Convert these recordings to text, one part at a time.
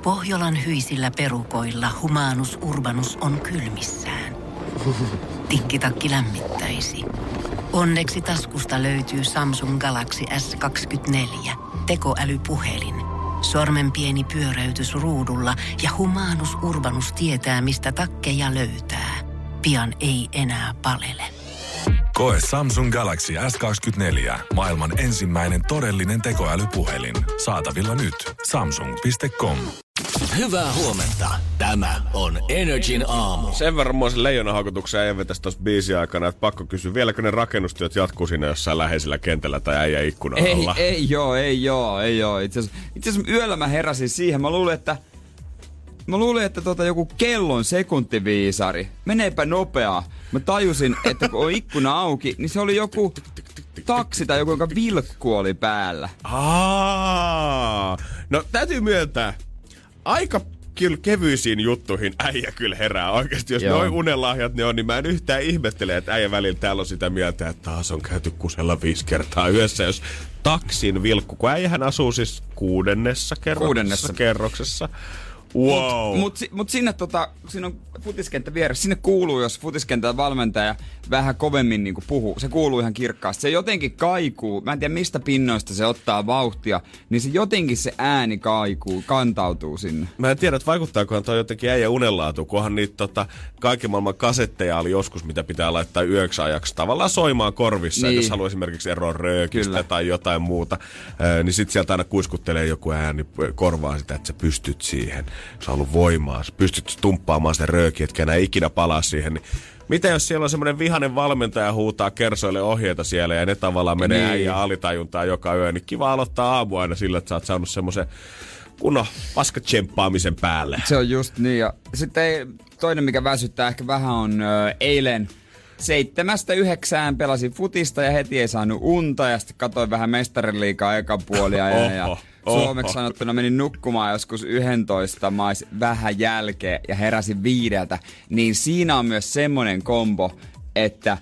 Pohjolan hyisillä perukoilla Humanus Urbanus on kylmissään. Tikkitakki lämmittäisi. Onneksi taskusta löytyy Samsung Galaxy S24. Tekoälypuhelin. Sormen pieni pyöräytys ruudulla ja Humanus Urbanus tietää, mistä takkeja löytää. Pian ei enää palele. Koe Samsung Galaxy S24. Maailman ensimmäinen todellinen tekoälypuhelin. Saatavilla nyt. Samsung.com. Hyvää huomenta. Tämä on Energin aamu. Sen verran mua sen leijonahaukotuksen äijä vetäisi tuossa biisin aikana, että pakko kysyä, vieläkö ne rakennustyöt jatkuu siinä jossain läheisellä kentällä tai äijä ikkunan alla? Ei joo. Itse asiassa yöllä mä heräsin siihen. Mä luulin, että joku kellon sekuntiviisari. Meneepä nopeaa. Mä tajusin, että kun on ikkuna auki, niin se oli joku taksi tai joku, joka vilkku oli päällä. No täytyy myöntää, aika kyllä kevyisiin juttuihin äijä kyllä herää oikeesti. Jos noin unelahjat ne on, niin mä en yhtään ihmettele, että äijä välillä täällä on sitä mieltä, että taas on käyty kusella 5 kertaa yössä, jos taksin vilkku. Kun äijähän asuu siis 6. kerroksessa. Wow. Mut sinne siinä on futiskenttä vieressä. Sinne kuuluu, jos futiskentän valmentaja vähän kovemmin niinku puhuu. Se kuuluu ihan kirkkaasti. Se jotenkin kaikuu. Mä en tiedä mistä pinnoista se ottaa vauhtia. Niin se jotenkin se ääni kaikuu, kantautuu sinne. Mä en tiedä, että vaikuttaakohan toi jotenkin äijä unenlaatu. Kunhan niitä kaiken maailman kasetteja oli joskus, mitä pitää laittaa yöksi ajaksi tavallaan soimaan korvissa. Niin. Jos haluaa esimerkiksi eroa röökistä tai jotain muuta. Niin sit sieltä aina kuiskuttelee joku ääni korvaa sitä, että sä pystyt siihen. Sä on ollut voimaa. Sä pystyt tumppaamaan sitä röökiä, etkä enää ikinä palaa siihen. Niin mitä jos siellä on semmoinen vihainen valmentaja huutaa kersoille ohjeita siellä ja ne tavallaan menee äijä alitajuntaan joka yö. Niin kiva aloittaa aamu aina sillä, että sä oot saanut semmoisen kunnon paskatsemppaamisen päälle. Se on just niin. Ja sitten toinen, mikä väsyttää ehkä vähän on eilen 7-9 pelasin futista ja heti ei saanut unta ja sitten katsoin vähän Mestariliigaa eka puolia ja suomeksi sanottuna menin nukkumaan joskus 11 vähän jälkeen ja heräsin 5. Niin siinä on myös semmonen kombo, että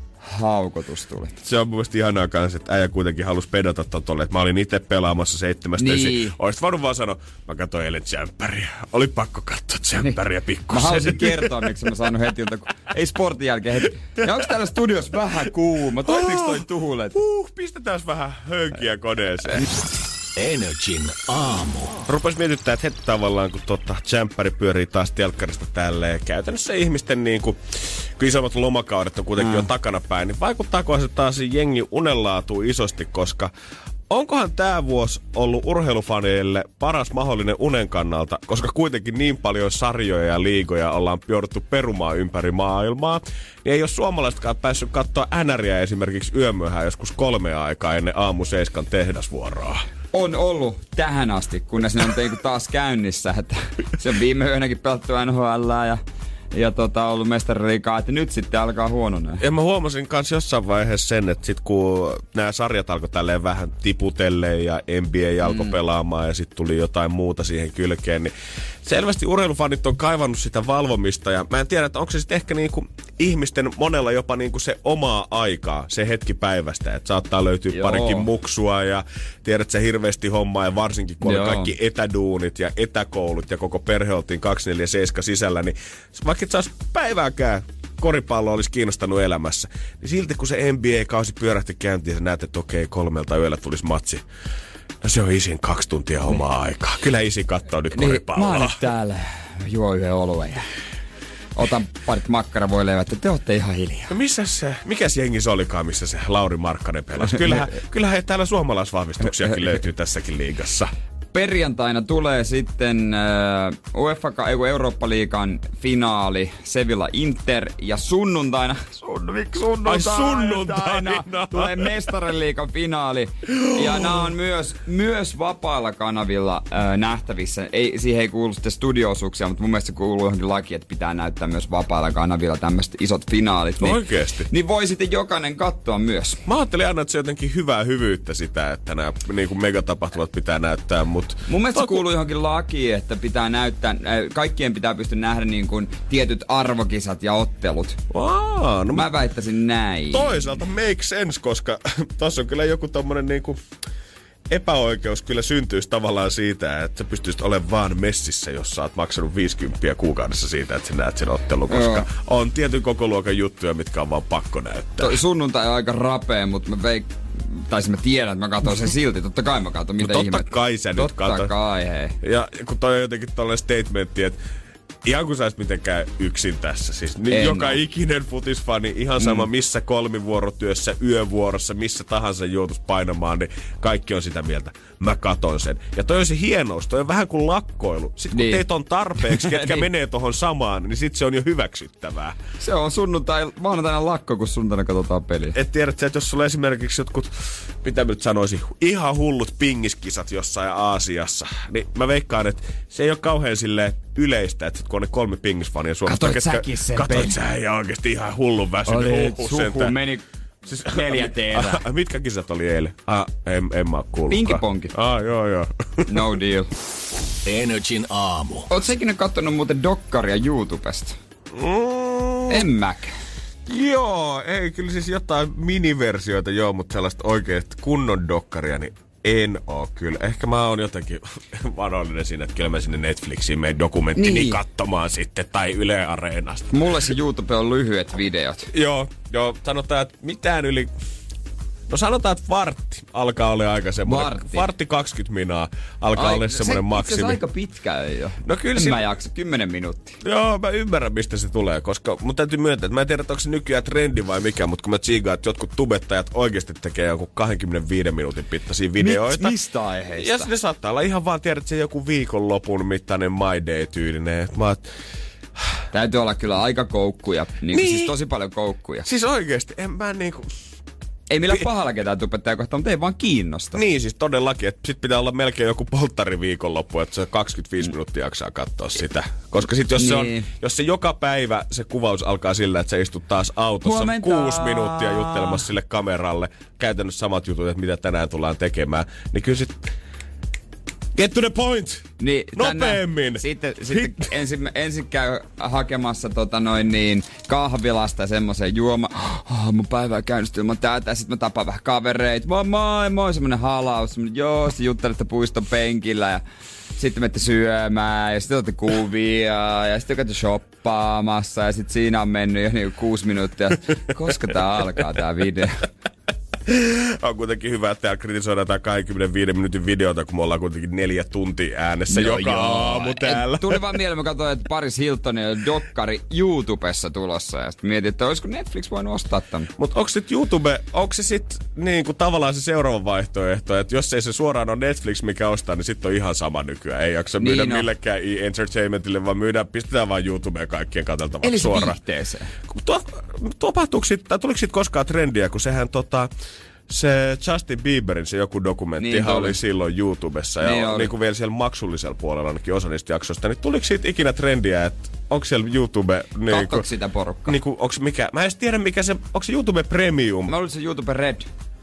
haukotus tuli. Se on mun mielestä ihanaa kanssa, että äijä kuitenkin halusi pedota tolle, että mä olin itse pelaamassa 7. Niin. Olisit voinut vaan sanoa, mä katsoin eilen Tsemppäriä. Oli pakko katsoa Tsemppäriä pikkusen. Mä halusin kertoa, miksi mä saanut heti, ei sportin jälkeen heti. Ja onks täällä studiossa vähän kuuma? Toimiks toi tuulet? Pistetään vähän hönkiä koneeseen. Energin aamu. Rupes mietittää, että heti tavallaan, kun Tsemppäri pyörii taas telkkarista tälleen. Käytännössä ihmisten niinku, kun isommat lomakaudet on kuitenkin jo takanapäin, niin vaikuttaako se taas jengi unenlaatuun isosti, koska onkohan tää vuosi ollut urheilufaneille paras mahdollinen unen kannalta, koska kuitenkin niin paljon sarjoja ja liigoja ollaan jouduttu perumaan ympäri maailmaa, niin ei ole suomalaisetkaan päässyt katsoa NRiä esimerkiksi yömyöhään joskus 3 aikaa ennen aamu 7 tehdasvuoroa. On ollut tähän asti, kunnes ne on taas käynnissä. Että se on viime yönäkin pelattu NHL ja ollut Mestariliigaa, että nyt sitten alkaa huononeen. Ja mä huomasin kans jossain vaiheessa sen, että sit kun nämä sarjat alkoi tälleen vähän tiputelleen ja NBA alkoi pelaamaan ja sitten tuli jotain muuta siihen kylkeen, niin selvästi urheilufanit on kaivannut sitä valvomista ja mä en tiedä, että onko se sitten ehkä niinku ihmisten monella jopa niinku se omaa aikaa, se hetki päivästä, että saattaa löytyä parikin muksua ja tiedät sä hirveästi hommaa ja varsinkin kun oli kaikki etäduunit ja etäkoulut ja koko perhe oltiin 24/7 sisällä, niin vaikka et saisi päivääkään koripallo olisi kiinnostanut elämässä, niin silti kun se NBA-kausi pyörähti käyntiin ja sä näet, että okei, 3 yöllä tulisi matsi. No se on isin 2 tuntia omaa aikaa. Kyllä isi kattoo nyt koripalloa. Mä oon nyt täällä, juo yhden oluen ja otan parit makkaravoileivät, että te ootte ihan hiljaa. No mikäs jengi se olikaan, missä se Lauri Markkanen pelasi? Kyllähän täällä suomalaisvahvistuksiakin löytyy tässäkin liigassa. Perjantaina tulee sitten Eurooppa-liigan finaali Sevilla Inter ja sunnuntaina tulee Mestariliigan finaali. Ja nämä on myös vapaalla kanavilla nähtävissä. Siihen ei kuulu sitten studio-osuuksia, mutta mun mielestä se kuuluu johonkin lakiin, että pitää näyttää myös vapaalla kanavilla tämmöiset isot finaalit. Niin, oikeesti? Niin voi sitten jokainen katsoa myös. Mä ajattelin aina, että se on jotenkin hyvää hyvyyttä sitä, että nämä niin megatapahtumat pitää näyttää, mutta mun mielestä se kuuluu johonkin lakiin, että pitää näyttää, kaikkien pitää pystyä nähdä niin kuin tietyt arvokisat ja ottelut. No mä väittäisin näin. Toisaalta make sense, koska tossa on kyllä joku tommonen niinku epäoikeus kyllä syntyisi tavallaan siitä, että sä pystyisit olemaan vaan messissä, jos sä oot maksanut 50 kuukaudessa siitä, että sä näet sen ottelun, koska on tietyn koko luokan juttuja, mitkä on vaan pakko näyttää. Sunnuntai on aika rapea, mutta mä tiedän, että mä katson sen silti. Totta kai mä katson, mitä ihmettä. Totta kai sä nyt katsot. Totta kai, hei. Ja kun toi on jotenkin tollainen statementti, että ihan kun sä ois mitenkään yksin tässä. Siis niin joka ikinen futisfani, ihan sama missä kolmivuorotyössä, yövuorossa, missä tahansa joutuisi painamaan, niin kaikki on sitä mieltä. Mä katon sen. Ja toi on se hienous, toi on vähän kuin lakkoilu. Sitten kun teitä on tarpeeksi, ketkä menee tohon samaan, niin sit se on jo hyväksyttävää. Se on maanantaina lakko, kun sunnuntaina katsotaan peliä. Et tiedät sä, että jos sulla esimerkiksi jotkut, mitä mä nyt sanoisin, ihan hullut pingiskisat jossain Aasiassa, niin mä veikkaan, että se ei ole kauhean silleen yleistä, että kun on ne 3 pingisfania Suomesta. Katoit sä ja oikeesti ihan hullun väsynyt. Suhu meni 4 teerää. Mitkä kisat oli eilen? En mä oo kuullutkaan. Pinkiponkit. Joo. No deal. Energin aamu. Oot sä ikinä kattonut muuten dokkaria YouTubesta? En mäkään. Joo, ei kyllä siis jotain miniversioita mutta sellaista oikeesti kunnon dokkaria, niin en oo kyllä. Ehkä mä oon jotenkin varollinen siinä, että kyllä mä sinne Netflixiin menen dokumenttini katsomaan sitten, tai Yle Areenasta. Mulle se YouTube on lyhyet videot. Joo, sanotaan, että mitään yli... No sanotaan, että vartti alkaa olla aika semmoinen. Vartti 20 minaa alkaa olla semmoinen maksimi. Se aika pitkä ei ole. No kyllä mä jaksa, 10 minuuttia. Joo, mä ymmärrän mistä se tulee, koska mun täytyy myöntää, että mä en tiedä, onko se nykyään trendi vai mikä, mutta kun mä tsiigaan, että jotkut tubettajat oikeasti tekee joku 25 minuutin mittaisia videoita. Mistä aiheista? Ja ne saattaa olla ihan vaan tiedä, että se joku viikonlopun mittainen My Day-tyylinen. Täytyy olla kyllä aika koukkuja, siis tosi paljon koukkuja. Siis oikeesti, en mä niinku... Ei millään pahalla ketään tubettajaa kohtaan, mutta ei vaan kiinnosta. Niin, siis todellakin. Että sit pitää olla melkein joku polttari viikonloppu, että se 25 minuuttia jaksaa katsoa sitä. Koska sit jos se joka päivä se kuvaus alkaa sillä, että sä istut taas autossa 6 minuuttia juttelemassa sille kameralle, käytännössä samat jutut, että mitä tänään tullaan tekemään, niin kyllä sit... Get to the point! Niin, nopeammin! Sitten ensin käy hakemassa kahvilasta semmoisen juoma. Mun päivää käynnistyy ilman tätä. Sitten mä tapaan vähän kavereita. Moi, semmonen halaus. Joo, sitten juttelette puiston penkillä ja sitten menette syömään ja sitten otatte kuvia ja sitten käytte shoppaamassa ja sitten siinä on mennyt jo 6 minuuttia. Koska tää alkaa tää video? On kuitenkin hyvä, että täällä kritisoidaan tää 25 minuutin videota, kun me ollaan kuitenkin 4 tuntia äänessä aamu täällä. Tuli vaan mieleen, mä katsoin, että Paris Hiltonin on dokkari YouTubessa tulossa. Ja sitten mietin, että olisiko Netflix voinut ostaa tämän. Mutta onko sit YouTube, onko se sit niinku tavallaan se seuraava vaihtoehto, että jos ei se suoraan ole Netflix, mikä ostaa, niin sitten on ihan sama nykyään. Ei jaksa myydä millekään E-Entertainmentille, vaan pistetään vaan YouTubeen kaikkien katseltavaksi suoraan. Eli se viihteeseen. Tuliko siitä koskaan trendiä, kun sehän se Justin Bieberin se joku dokumenttihan oli silloin YouTubessa ja niin kuin vielä siellä maksullisella puolella ainakin osa niistä jaksoista, niin tuliko siitä ikinä trendiä, että onko siellä YouTube... Katsoiko sitä porukkaa? Onko mikä? Mä en edes tiedä mikä se... Onko se YouTube Premium? Mä olin se YouTube Red.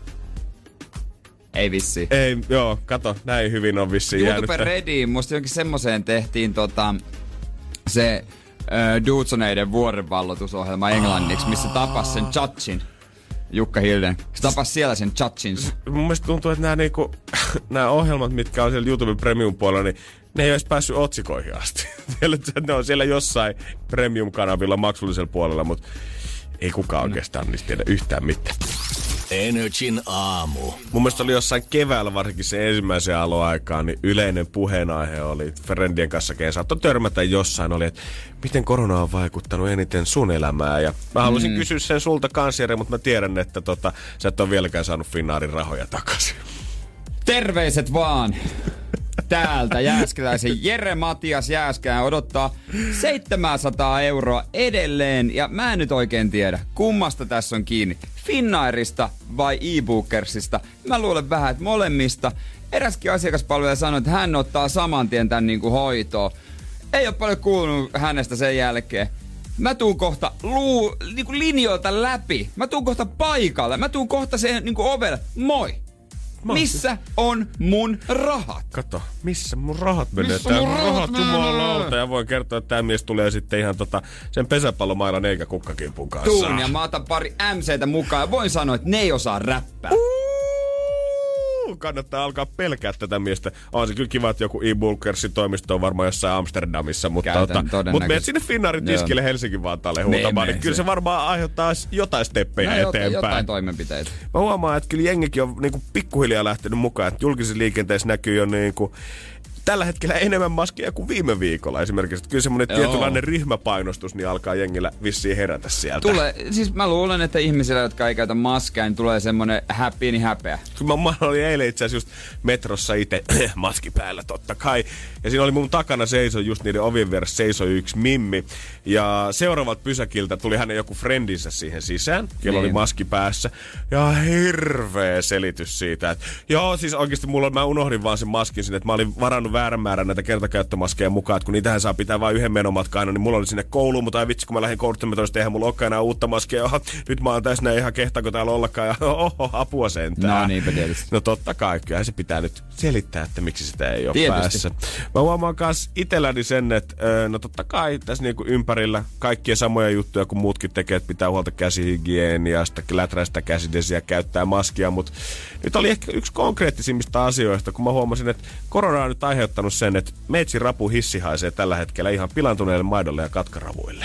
Ei vissi. Ei, joo, kato, näin hyvin on vissiin jäänyt. YouTube Rediin musta jonkin semmoseen tehtiin se Dudesoneiden vuorenvallotusohjelma englanniksi, missä tapas sen Judgin. Jukka Hilden. Se tapas siellä sen Judgin. Mun mielestä tuntuu, että nämä ohjelmat, mitkä on siellä YouTube Premium puolella, niin ne ei ole edes päässyt otsikoihin asti. Ne on siellä jossain Premium-kanavilla maksullisella puolella, mutta ei kukaan oikeastaan niistä tiedä yhtään mitään. Energin aamu. Mun mielestä oli jossain keväällä, varsinkin se ensimmäisen aloaikaan, niin yleinen puheenaihe oli friendien kanssa, kenen saattoi törmätä jossain, oli, että miten korona on vaikuttanut eniten sun elämään. Ja mä haluaisin kysyä sen sulta kanssa, Jere, mutta mä tiedän, että sä et ole vieläkään saanut Finnaarin rahoja takaisin. Terveiset vaan! Täältä Jääskeläisen Jere Matias Jääskään odottaa 700 € edelleen. Ja mä en nyt oikein tiedä, kummasta tässä on kiinni. Finnairista vai e-bookersista? Mä luulen vähän, että molemmista. Eräskin asiakaspalvelija sanoi, että hän ottaa saman tien tän hoitoon. Ei ole paljon kuulunut hänestä sen jälkeen. Mä tuun kohta linjoilta läpi. Mä tuun kohta paikalle. Mä tuun kohta sen ovelle. Moi! Missä on mun rahat? Kato, missä mun rahat menee? Tää rahat jumalauta. Ja voin kertoa, että tää mies tulee sitten ihan sen pesäpallomailan eikä kukkakimpun kanssa. Tuun ja mä otan pari MC:tä mukaan ja voin sanoa, että ne ei osaa räppää. Sun kannattaa alkaa pelkää tätä miestä. On se kyllä kiva, että joku e-Bulkersin toimisto on varmaan jossain Amsterdamissa, mutta menet sinne Finnaarin tiskille Helsinki-Vantaalle huutamaan, niin kyllä se varmaan aiheuttaa jotain steppejä eteenpäin. Jotain toimenpiteitä. Mä huomaan, että kyllä jengikin on niinku pikkuhiljaa lähtenyt mukaan, että julkisessa liikenteessä näkyy jo niinku tällä hetkellä enemmän maskia kuin viime viikolla esimerkiksi. Kyllä semmoinen tietynlainen ryhmäpainostus niin alkaa jengillä vissiin herätä sieltä. Siis mä luulen, että ihmisillä, jotka ei käytä maskia, niin tulee semmoinen pieni häpeä. Mä olin eilen itse asiassa just metrossa itse maski päällä totta kai. Ja siinä oli mun takana seisoi just niiden ovien vieressä seisoi yksi mimmi. Ja seuraavalta pysäkiltä tuli hänen joku frendinsä siihen sisään, kello oli maski päässä. Ja hirveä selitys siitä, että joo siis oikeesti mä unohdin vaan sen maskin sinne, että mä olin varannut väärän määrän näitä kertakäyttömaskeja mukaan, että kun niitähän saa pitää vain yhden menomatkaan aina, niin mulla oli sinne kouluun, mutta ai vitsi, kun mä lähdin kouluttamaan, eihän mulla olekaan enää uutta maskia. Nyt mä oon tässä näin ihan kehtaako täällä ollakaan ja apua sentään. No niinpä tietysti. No totta kai, kyllähän se pitää nyt selittää, että miksi sitä ei ole tietysti päässä. Mä huomaan kans itselläni sen, että no totta kai tässä niinku ympärillä kaikkia samoja juttuja kuin muutkin tekee, että pitää huolta käsihygieniasta, läträistä käsidesiä, käyttää maskia, mutta nyt oli ehkä yksi konkreettisimmista asioista, kun mä huomasin, että korona on nyt aiheuttanut sen, että meitsin rapu hissi haisee tällä hetkellä ihan pilantuneille maidolle ja katkaravuille.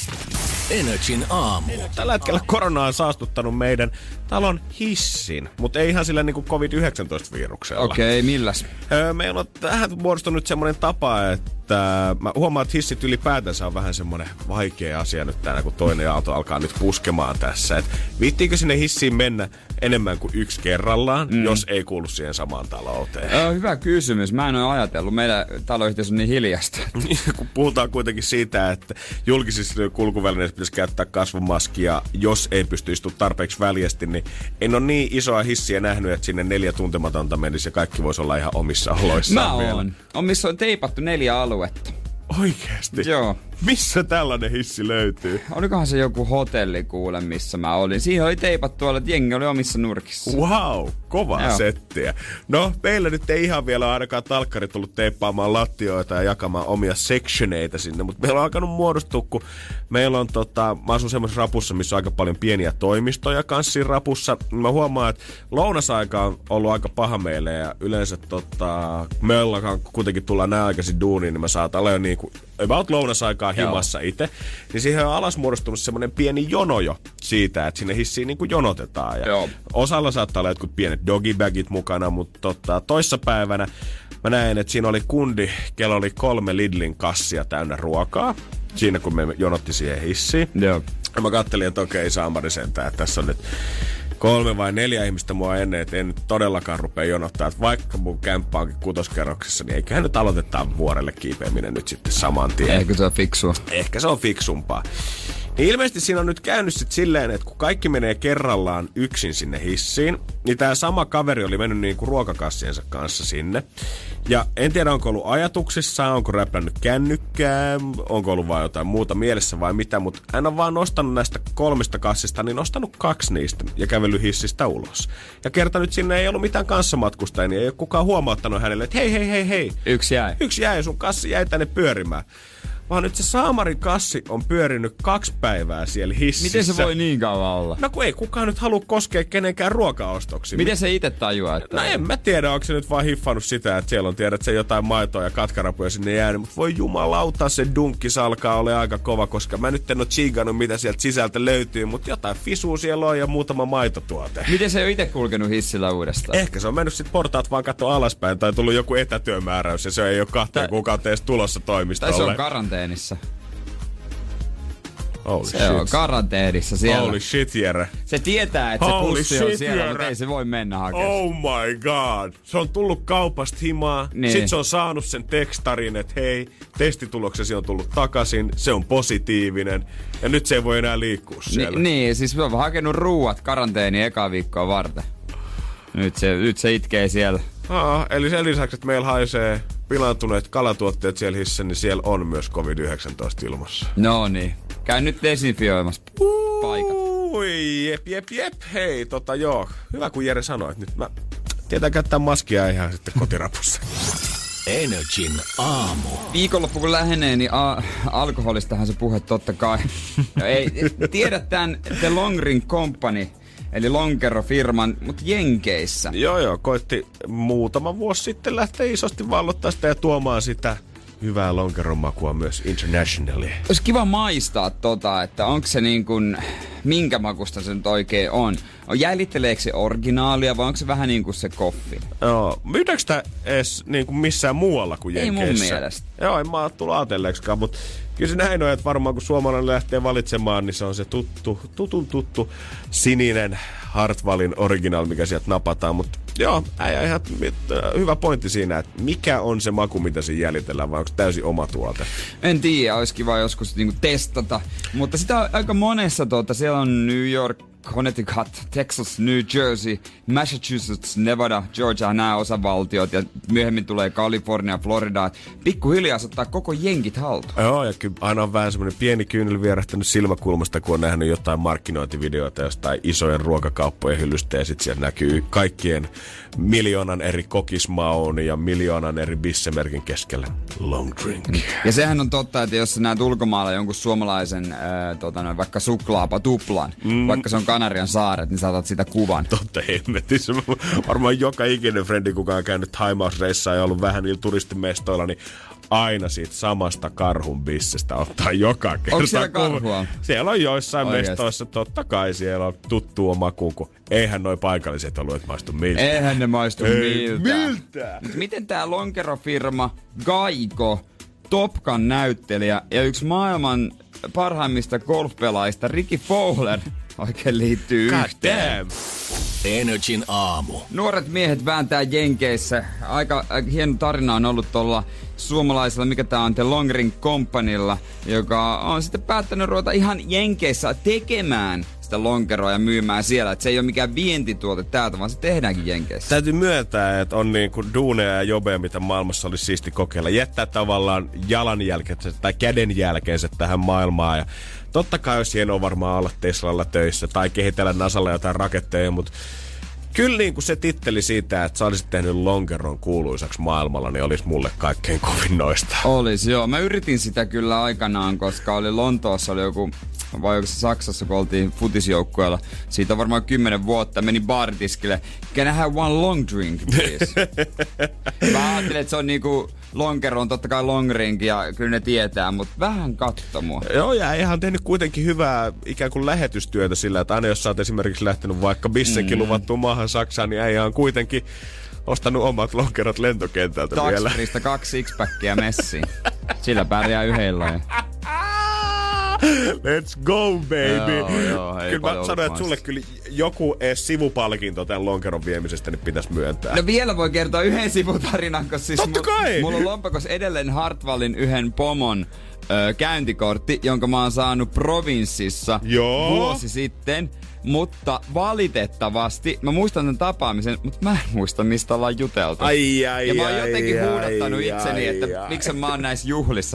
Energin aamu. Tällä hetkellä korona on saastuttanut meidän talon hissin, mutta ei ihan sillä niinku COVID-19-viruksella. Okei, milläs? Meillä on tähän muodostunut semmoinen tapa, että mä huomaan, että hissit ylipäätänsä on vähän semmoinen vaikea asia nyt tänään, kun toinen auto alkaa nyt puskemaan tässä. Et viittiinkö sinne hissiin mennä enemmän kuin yksi kerrallaan, jos ei kuulu siihen samaan talouteen? Hyvä kysymys. Mä en ole ajatellut. Meidän taloyhteisö on niin hiljasta. Kun puhutaan kuitenkin siitä, että julkisissa kulkuvälineissä pitäisi käyttää kasvomaskia, jos ei pysty istumaan tarpeeksi väljästi, niin en ole niin isoa hissiä nähnyt, että sinne 4 tuntematonta menisi ja kaikki voisi olla ihan omissa oloissaan vielä. Missä on teipattu 4 aluetta. Oikeesti? Joo. Missä tällainen hissi löytyy? Olikohan se joku hotelli kuule, missä mä olin. Siihen oli teipattu, että jengi oli omissa nurkissa. Wow, kovaa settiä. No, meillä nyt ei ihan vielä ainakaan talkkari tullut teippaamaan lattioita ja jakamaan omia sectioneita sinne, mutta meillä on alkanut muodostua, kun meillä on mä asun semmoisessa rapussa, missä on aika paljon pieniä toimistoja kanssa siinä rapussa. Mä huomaan, että lounasaika on ollut aika paha meille ja yleensä me ollaan kuitenkin tullaan näin aikaisin duuniin, niin mä saatan olla jo niinku about lounasaikaa himassa itse, niin siihen on alas muodostunut semmoinen pieni jono jo siitä, että sinne hissiin niin kuin jonotetaan. Ja osalla saattaa olla jotkut pienet dogibagit mukana, mutta toissapäivänä mä näin, että siinä oli kundi, kello oli 3 Lidlin kassia täynnä ruokaa, siinä kun me jonotti siihen hissiin. Joo. Ja mä kattelin, että okei, saamari sentään, että tässä on nyt 3 vai 4 ihmistä mua ennen, että en nyt todellakaan rupea jonottaa. Että vaikka mun kämppä onkin 6. kerroksessa, niin eiköhän nyt aloitetaan vuorelle kiipeäminen nyt sitten saman tien. Ehkä se on fiksua. Ehkä se on fiksumpaa. Niin ilmeisesti siinä on nyt käynyt sit silleen, että kun kaikki menee kerrallaan yksin sinne hissiin, niin tää sama kaveri oli mennyt niinku ruokakassiensa kanssa sinne. Ja en tiedä, onko ollut ajatuksissaan, onko räplännyt kännykkää, onko ollut vaan jotain muuta mielessä vai mitä, mutta hän on vaan nostanut näistä 3 kassista, niin nostanut 2 niistä ja kävellyt hissistä ulos. Ja kertanut sinne ei ollut mitään kanssamatkustajia, niin ei ole kukaan huomauttanut hänelle, että hei. Yksi jäi, sun kassi jäi tänne pyörimään. Vaan nyt se saamarin kassi on pyörinyt 2 päivää siellä hississä. Miten se voi niin kauan olla? No kun ei kukaan nyt halua koskea kenenkään ruokaostoksi. Miten se itse tajuaa? Että no en mä tiedä, onko se nyt vaan hiffannut sitä, että siellä on tiedät se jotain maitoa ja katkarapuja sinne jäänyt. Mutta voi jumalauta, se dunkkis alkaa olla aika kova, koska mä nyt en ole tsiigannut, mitä sieltä sisältä löytyy. Mutta jotain fisua siellä on ja muutama maitotuote. Miten se ei ole itse kulkenut hissillä uudestaan? Ehkä se on mennyt sit portaat vaan katsoa alaspäin tai tullut joku etätyömääräys ja se ei ole 2 kuukautta edes tulossa toimistolle. Tai se on karanteenissa. Holy se shit. On karanteenissa siellä. Holy shit, Jere. Se tietää, että se pussi on siellä, mutta ei se voi mennä hakemaan. Oh my god. Se on tullut kaupasta himaa. Niin. Sitten se on saanut sen tekstarin, että hei, testituloksesi on tullut takaisin. Se on positiivinen. Ja nyt se ei voi enää liikkua siellä. Niin, siis me on hakenut ruuat karanteeni eka viikkoa varten. Nyt se itkee siellä. Eli sen lisäksi, että meillä haisee pilaantuneet kalatuotteet siellä hississä, niin siellä on myös COVID-19 ilmassa. No niin. Käy nyt desinfioimassa paikat. Ui, jep. Hei, joo. Hyvä kun Jere sanoi, että nyt mä tietää käyttää maskia ihan sitten kotirapussa. Energin aamu. Viikonloppu kun lähenee, niin alkoholistahan se puhe totta kai. Ei, tiedät tämän The Longring Company eli lonkerofirman, mutta Jenkeissä. Joo, koitti muutama vuosi sitten lähteä isosti vallottaa sitä ja tuomaan sitä hyvää lonkeron makua myös internationally. Olisi kiva maistaa että onko se niin kuin, minkä makusta se nyt oikein on. Jäljitteleekö se originaalia vai onko se vähän niin kuin se koffi? Joo, myydäänkö sitä edes niin kuin missään muualla kuin Jenkeissä? Ei mun mielestä. Joo, en mä ole tullut ajatelleeksikaan, mutta kyllä se näin on, että varmaan kun suomalainen lähtee valitsemaan, niin se on se tuttu sininen Hartwallin original, mikä sieltä napataan, mutta joo, ihan hyvä pointti siinä, että mikä on se maku, mitä siinä jäljitellään, vai onko täysin oma tuote? En tiedä, olisi kiva joskus niinku testata, mutta sitä on aika monessa siellä on New York, Connecticut, Texas, New Jersey, Massachusetts, Nevada, Georgia, nämä osavaltiot ja myöhemmin tulee California, Florida. Pikkuhiljaa ottaa koko jenkit haltuun. Joo, ja kyllä aina on vähän semmoinen pieni kyynel vierähtänyt silmäkulmasta, kun on nähnyt jotain markkinointivideoita jostain isojen ruokakauppojen hyllystä ja sitten siellä näkyy kaikkien miljoonan eri kokismaun ja miljoonan eri bissemerkin keskellä long drink. Ja sehän on totta, että jos sä näet ulkomailla jonkun suomalaisen vaikka suklaapatuplan, vaikka se on Kanarian saaret, niin saatat sitä kuvan. Totta hemmetissä. Varmaan joka ikinen frendi, kuka on käynyt Thaimausreissaan ja ollut vähän niillä turistimestoilla, niin aina siitä samasta karhun bissestä ottaa joka kerta. Onko siellä karhua? Siellä on joissain mestoissa, totta kai siellä on tuttua makuun, kun eihän noi paikalliset alueet maistu miltä. Eihän ne maistu miltä. Miten tää lonkerofirma Geico, Top Gun -näyttelijä ja yksi maailman parhaimmista golfpelaajista Ricky Fowler oikein liittyy yhteen? Energin aamu. Nuoret miehet vääntää Jenkeissä. Aika hieno tarina on ollut tuolla suomalaisella, mikä tää on, The Long Ring Companylla, joka on sitten päättänyt ruveta ihan Jenkeissä tekemään sitä lonkeroa ja myymään siellä. Että se ei ole mikään vientituote täältä, vaan se tehdäänkin Jenkeissä. Täytyy myöntää, että on niin kuin duuneja ja jobeja, mitä maailmassa olisi siisti kokeilla. Jättää tavallaan jalanjälkeensä tai kädenjälkeensä tähän maailmaan. Ja totta kai olisi hienoa varmaan olla Teslalla töissä tai kehitellä NASAlla jotain raketteja, mutta kyllä niin kuin se titteli siitä, että sä olisit tehnyt lonkeron kuuluisaksi maailmalla, niin olisi mulle kaikkein kovin noista. Olisi, joo. Mä yritin sitä kyllä aikanaan, koska oli Lontoossa oli joku, vai onko se Saksassa, kun oltiin futisjoukkueella. Siitä on varmaan 10 vuotta. Meni baaritiskille. Can I have one long drink, please? Mä ajattelin, että se on niinku lonkero on totta kai long ring ja kyllä ne tietää, mutta vähän katso mua. Joo, ja ihan tehnyt kuitenkin hyvää ikään kuin lähetystyötä sillä, että aina jos sä oot esimerkiksi lähtenyt vaikka bissenkin luvattuun maahan Saksaan, niin äijä on kuitenkin ostanut omat lonkerot lentokentältä vielä. Taksprista 2 sixpackia messiin. Sillä pärjää yhdellä. Let's go, baby! Joo, kyllä mä sanoin, että sulle kyllä joku edes sivupalkinto tämän lonkeron viemisestä niin pitäisi myöntää. No vielä voi kertoa yhden sivutarinan, koska siis totta kai! Mulla on lompakossa edelleen Hartwallin yhden pomon käyntikortti, jonka mä oon saanut provinssissa vuosi sitten. Mutta valitettavasti, mä muistan tämän tapaamisen, mutta mä en muista, mistä ollaan juteltu. Ja mä oon jotenkin huudattanut itseni, että miksi mä oon näissä juhlissa.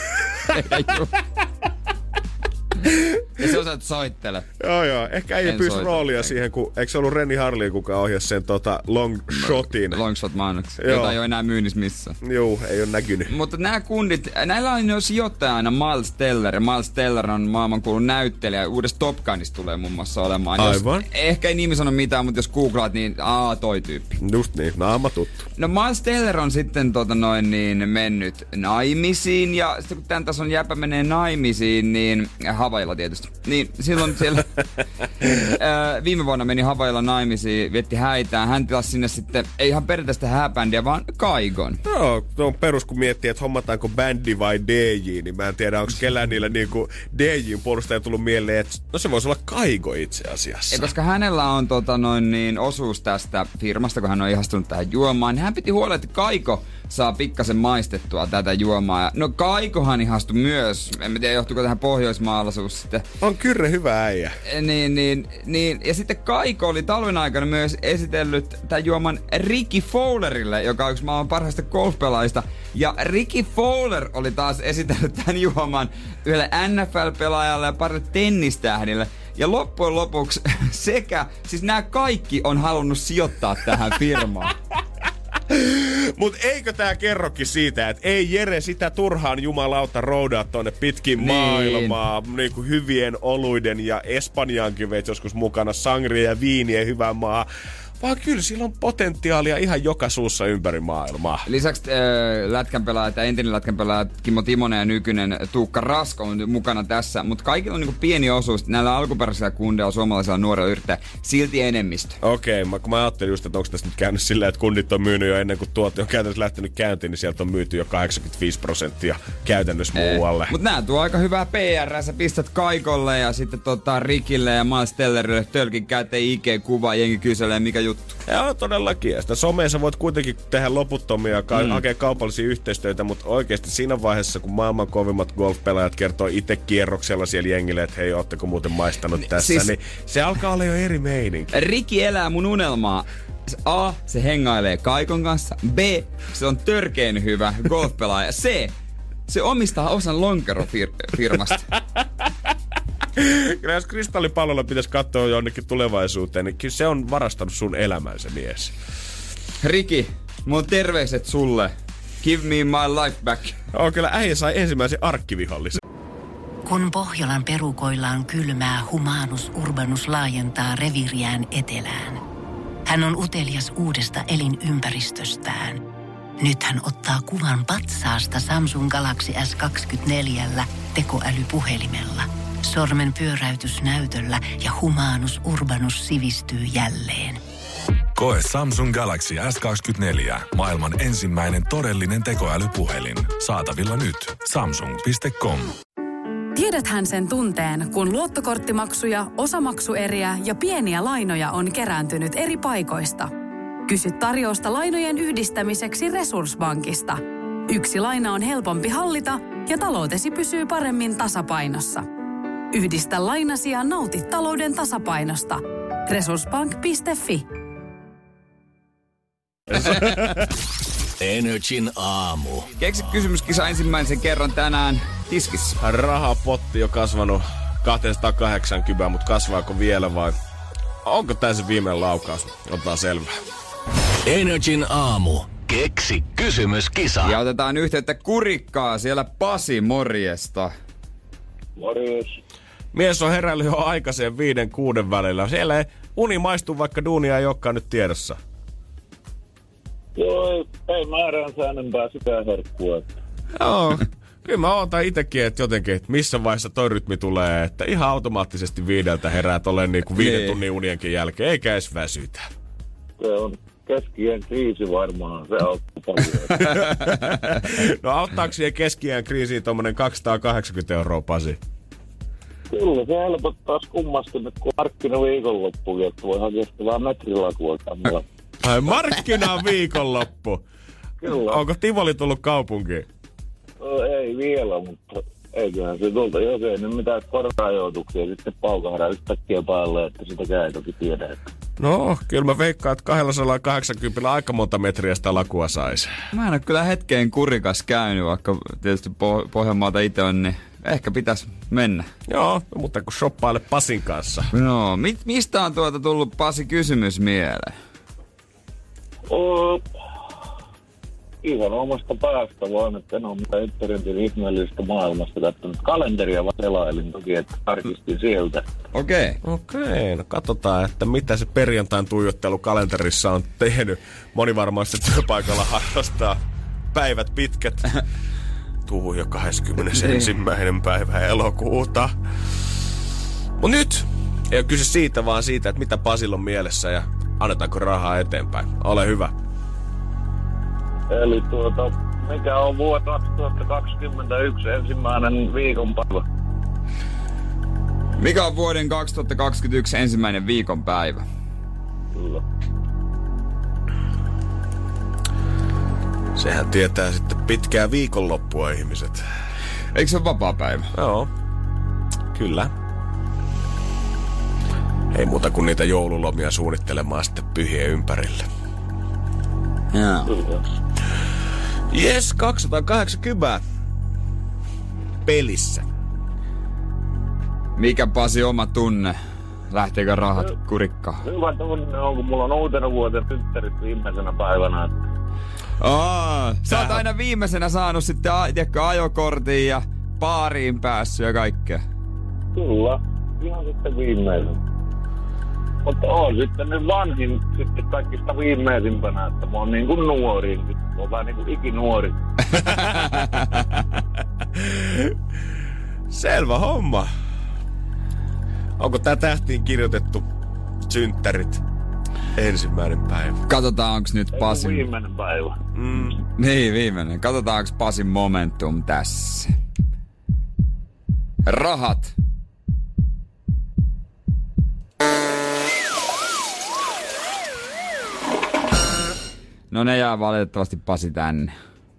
Ja se osaat soittele. Joo. Ehkä ei pysty roolia siihen, kun eikö se ollut Renny Harley, kuka ohjasi sen long shotin. Long shot -mainoksen, jota ei ole enää myynnissä missään. Joo, ei ole näkynyt. Mutta nämä kundit, näillä on jo sijoittaja aina Miles Teller. Ja Miles Teller on maailmankuulun näyttelijä. Uudessa Top Gunissa tulee muun muassa olemaan. Aivan. Ehkä ei nimi sano mitään, mutta jos googlaat, niin toi tyyppi. Just niin, naama tuttu. No Miles Teller on sitten mennyt naimisiin. Ja sitten kun tämän tason jäpä menee naimisiin, niin Havailla tietysti. Niin silloin siellä viime vuonna meni Havailla naimisiin, vietti häitään. Hän tilasi sinne sitten, ei ihan perinteistä hääbändiä, vaan Geigon. Joo, se on perus kun miettii, että hommataanko bändi vai DJ, niin mä en tiedä, onko kellään niillä niinku DJ:n puolustaja tullut mieleen, että no se voisi olla Geigo itse asiassa. Ja koska hänellä on osuus tästä firmasta, kun hän on ihastunut tähän juomaan, niin hän piti huolella, että Geigo saa pikkasen maistettua tätä juomaa. Ja no Geigohan ihastui myös. En tiedä, johtuuko tähän pohjoismaalaisuus sitten. On kyllä hyvä äijä. Niin. Ja sitten Geigo oli talven aikana myös esitellyt tämän juoman Ricky Fowlerille, joka on yksi maailman parhaista golfpelaajista. Ja Ricky Fowler oli taas esitellyt tämän juoman yhdelle NFL-pelaajalle ja parille tennistähdille. Ja loppujen lopuksi siis nämä kaikki on halunnut sijoittaa tähän firmaan. Mut eikö tää kerrokin siitä, että ei Jere sitä turhaan jumalauta roudaa tonne pitkin maailmaa, niinku hyvien oluiden ja Espanjaankin veit joskus mukana sangria ja viiniä hyvää maa. Vaan kyllä sillä on potentiaalia ihan joka suussa ympäri maailmaa. Lisäksi lätkänpelaajat ja entinen lätkänpelaaja Kimmo Timonen ja nykyinen Tuukka Rasko on mukana tässä. Mutta kaikilla on niinku pieni osuus. Näillä alkuperäisillä kundeilla, suomalaisilla nuorilla yrittäjillä silti enemmistö. Okei, kun mä ajattelin just, että onko tässä nyt käynyt silleen, että kundit on myynyt jo ennen kuin tuote on käytännössä lähtenyt käyntiin, niin sieltä on myyty jo 85% käytännössä muualle. Mutta nää tuo aika hyvää PR. Sä pistät Kaikolle ja sitten Rikille ja Miles Tellerille tölkin käteen IG-kuva, jengi kyselee mikä juttu. Joo, todellakin. Sitä somessa voit kuitenkin tehdä loputtomia ja hakea kaupallisia yhteistyötä, mutta oikeasti siinä vaiheessa, kun maailman kovimmat golfpelaajat kertoo itse kierroksella siellä jengille, että hei, ootteko muuten maistanut tässä, siis, niin se alkaa olla jo eri meininki. Riki elää mun unelmaa. A, se hengailee Kaikon kanssa. B, se on törkeen hyvä golfpelaaja. C, se omistaa osan lonkerofirmasta. Kyllä jos kristallipallolla pitäisi katsoa jonnekin tulevaisuuteen, niin kyllä se on varastanut sun elämänsä mies. Riki, mun terveiset sulle. Give me my life back. Kyllä äijä sai ensimmäisen arkkivihollisen. Kun Pohjolan perukoillaan kylmää, Humanus Urbanus laajentaa reviiriään etelään. Hän on utelias uudesta elinympäristöstään. Nyt hän ottaa kuvan patsaasta Samsung Galaxy S24 tekoälypuhelimella. Sormen pyöräytys näytöllä ja Humanus Urbanus sivistyy jälleen. Koe Samsung Galaxy S24. Maailman ensimmäinen todellinen tekoälypuhelin. Saatavilla nyt. Samsung.com. Tiedäthän sen tunteen, kun luottokorttimaksuja, osamaksueriä ja pieniä lainoja on kerääntynyt eri paikoista. Kysy tarjousta lainojen yhdistämiseksi Resurssbankista. Yksi laina on helpompi hallita ja taloutesi pysyy paremmin tasapainossa. Yhdistä lainasi ja nauti talouden tasapainosta. Resurssbank.fi. NRJ:n aamu. Keksi kysymyskisa ensimmäisen kerran tänään tiskissä. Rahapotti jo kasvanut 280, mutta kasvaako vielä vai onko tää se viimeinen laukaus? Otetaan selvää. NRJ:n aamu. Keksi kysymyskisa. Ja otetaan yhteyttä Kurikkaa. Siellä Pasi, morjesta. Morjes. Mies on herännyt jo aikaiseen 5-6 välillä. Siellä ei uni maistu, vaikka duunia ei olekaan nyt tiedossa. Joo, ei määräänsä enempää sitä herkkua. Joo, kyllä mä ootan itekin, että jotenkin, että missä vaiheessa toi rytmi tulee, että ihan automaattisesti 5 heräät olen niin kuin 5 tunnin unienkin jälkeen, eikä edes väsytä. Se on keski-iän kriisi varmaan, se auttaa paljon. No auttaako siihen keski-iän kriisiin tommonen 280 €, Pasi? Kyllä, se helpottaisi kummasti nyt, kun markkinaviikonloppukin, että voi hakea sitä vaan metrilakua tämmöllä. Ai markkinaviikonloppu? Kyllä. Onko Tivoli tullut kaupunkiin? No, ei vielä, mutta eiköhän se tulta. Jos ei nyt mitään koronarajoituksia sitten paukahda yhtäkkiä päälle, että sitäkään ei toki tiedä. No, kyllä mä veikkaan, että 280 aika monta metriä sitä lakua saisi. Mä en ole kyllä hetkeen Kurikas käynyt, vaikka tietysti Pohjanmaalta itse on, niin ehkä pitäisi mennä. Joo, mutta kun shoppaile Pasin kanssa. No, mistä on tullut Pasi kysymys mieleen? Ihan omasta päästä vaan, että en ole mitään internetin ihmeellisestä maailmasta katsonut. Kalenteria vaan selailin toki, että tarkistin sieltä. Okei, no katsotaan, että mitä se perjantain tuijottelu kalenterissa on tehnyt. Moni varmasti työpaikalla harrastaa päivät pitkät. Tuu jo 21. päivä elokuuta. Mut nyt ei ole kyse siitä, vaan siitä, että mitä Pasilla on mielessä ja annetaanko rahaa eteenpäin. Ole hyvä. Eli mikä on vuonna 2021 ensimmäinen viikonpäivä? Mikä on vuoden 2021 ensimmäinen viikonpäivä? Kyllä. Sehän tietää sitten pitkää viikonloppua ihmiset. Eikö se ole vapaapäivä? Joo, kyllä. Ei muuta kuin niitä joululomia suunnittelemaan sitten pyhien ympärille. Joo. Kyllä. Jes, 280 pelissä. Mikä Pasi oma tunne? Lähteekö rahat Kurikkaan? Hyvä tunne on, kun mulla on uutena vuoden tyttärit viimeisenä päivänä. Sä oot aina viimeisenä saanut sitten ajokortin ja baariin päässyt ja kaikkea. Kyllä, ihan sitten viimeisen. Mutta on sitten nyt vanhin sitten kaikista viimeisimpänä, että mä oon niin kuin nuori. Mä oon vähän niin kuin ikinuori. Selvä homma. Onko tää tähtiin kirjoitettu synttärit 1. päivä? Katsotaan, onks nyt Pasin... viimeinen päivä. Niin, viimeinen. Katsotaan, onks Pasin momentum tässä. Rahat. No ne jää valitettavasti Pasi tänne.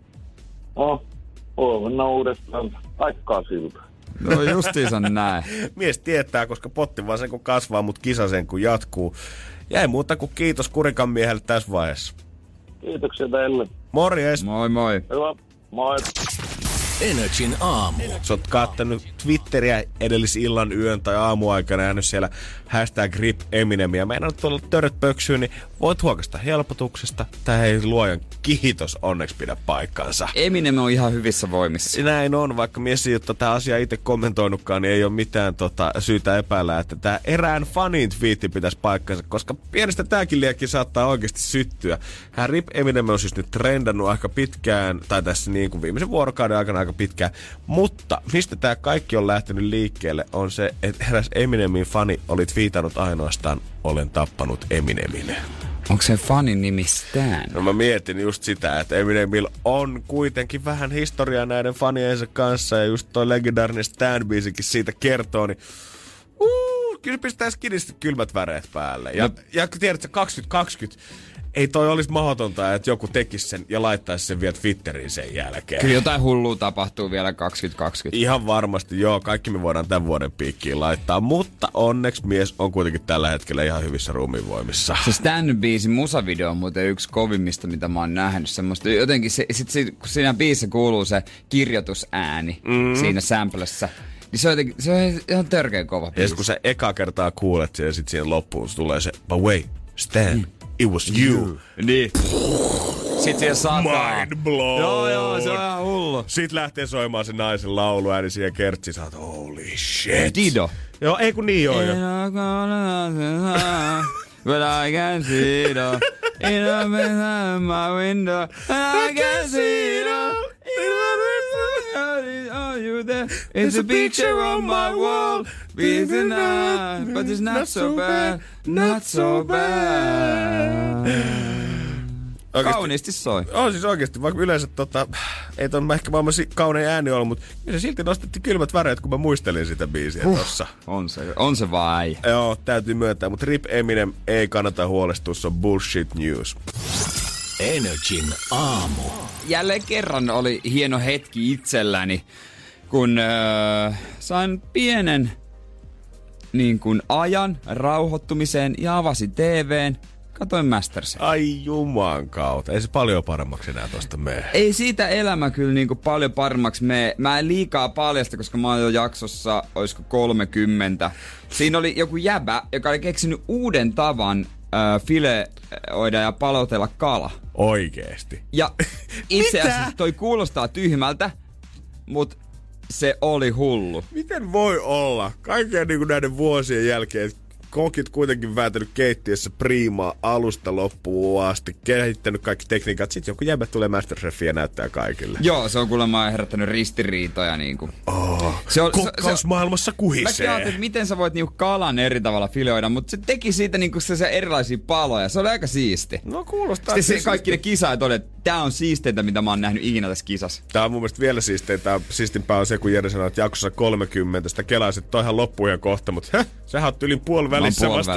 Huomenna uudestaan aikkaa siltä. No justiinsa näin. Mies tietää, koska potti vaan sen kun kasvaa, mut kisa sen kun jatkuu. Jäi muuta kuin kiitos Kurikan miehelle tässä vaiheessa. Kiitoksia teille. Morjes. Moi moi. Hyvä. Moi. Energin aamu. Sä oot kattanut Twitteriä edellisillan, yön tai aamuaikana ja jäänyt siellä #RIP Eminemia. Meinannut tuolla töröt pöksyyn, niin voit huokasta helpotuksesta. Tää ei luojan kiitos onneksi pidä paikkansa. Eminem on ihan hyvissä voimissa. Näin on, vaikka mies ei ole tätä asiaa itse kommentoinutkaan, niin ei ole mitään syytä epäillä, että tää erään fanin twiitti pitäisi paikkansa, koska pienestä tääkin liekki saattaa oikeasti syttyä. Hän RIP Eminem on siis nyt trendannut aika pitkään, tai tässä niin kuin viimeisen vuorokauden aikana aika pitkään, mutta mistä tää kaikki on lähtenyt liikkeelle on se, että eräs Eminemin fani oli twiitannut ainoastaan olen tappanut Eminemin. Onko se fanin nimi Stan? No mä mietin just sitä, että Eminemillä on kuitenkin vähän historiaa näiden faniensa kanssa ja just toi legendaarinen Stan-biisikin siitä kertoo, niin kyllä pistäisi kidistä kylmät väreet päälle. Ja tiedätkö, 2020 ei toi olisi mahdotonta, että joku tekisi sen ja laittaisi sen vielä Twitteriin sen jälkeen. Kyllä jotain hullua tapahtuu vielä 2020. Ihan varmasti, joo. Kaikki me voidaan tämän vuoden piikkiin laittaa. Mutta onneksi mies on kuitenkin tällä hetkellä ihan hyvissä ruumiinvoimissa. Se Stan-biisin musavideo on muuten yksi kovimmista, mitä mä oon nähnyt. Semmoista jotenkin, kun siinä biisissä kuuluu se kirjoitusääni siinä samplessa, niin se on ihan törkeä kova biisi. Ja kun sä eka kertaa kuulet sen ja sit siihen loppuun tulee se, but wait, Stan, it was you. Niin. Sit siihen sataa. Mind blown. Joo, se on ihan hullu. Sit lähtee soimaan se naisen lauluääni siihen kertsiin. Sä oot, holy shit. Dido. Joo, ei kun niin joo jo. But I can see it all. In my window. I can see it all. Are you there? It's a picture on my wall. Busy night, but it's not so bad. Not so bad. Oikeasti, kauniisti soi. On siis oikeesti, vaikka yleensä ei ton ehkä maailman kaunein ääni ollut, mutta se silti nostettiin kylmät väreet, kun mä muistelin sitä biisiä tossa. On se vaan äijä. Joo, täytyy myöntää, mutta RIP Eminem ei kannata huolestua, se on bullshit news. Energin aamu. Jälleen kerran oli hieno hetki itselläni, kun sain pienen niin kuin ajan rauhoittumiseen ja avasin TV:n. Katoin Masterchef. Ai juman kautta. Ei se paljon paremmaksi enää tosta mene. Ei siitä elämä kyllä niinku paljon paremmaksi mene. Mä en liikaa paljasta, koska mä oon jo jaksossa, oisko 30. Siinä oli joku jäbä, joka oli keksinyt uuden tavan fileoida ja palotella kala. Oikeesti? Ja itse asiassa toi kuulostaa tyhmältä, mut se oli hullu. Miten voi olla? Kaikkien niinku näiden vuosien jälkeen, kokit kuitenkin vääntänyt keittiössä priimaa alusta loppuun asti, kehittänyt kaikki tekniikat, sit joku jäbä tulee Masterchefia ja näyttää kaikille. Joo, se on kuulemma herättänyt ristiriitoja niinku. Kokkausmaailmassa kuhisee. Mä ajattelin, että miten sä voit niinku kalan eri tavalla fileoida, mutta se teki siitä niinku se erilaisia paloja. Se oli aika siisti. No kuulostaa. Sitten se kaikki ne kisaajat oli, että tää on siisteintä, mitä mä oon nähnyt ikinä tässä kisassa. Tää on mun mielestä vielä siistimpää on se, kun Jere sanoi, että jaksossa 30. Sitä kelaisit toihan loppuun ja kohta, mutta sähän oot yli puolivälissä vasta.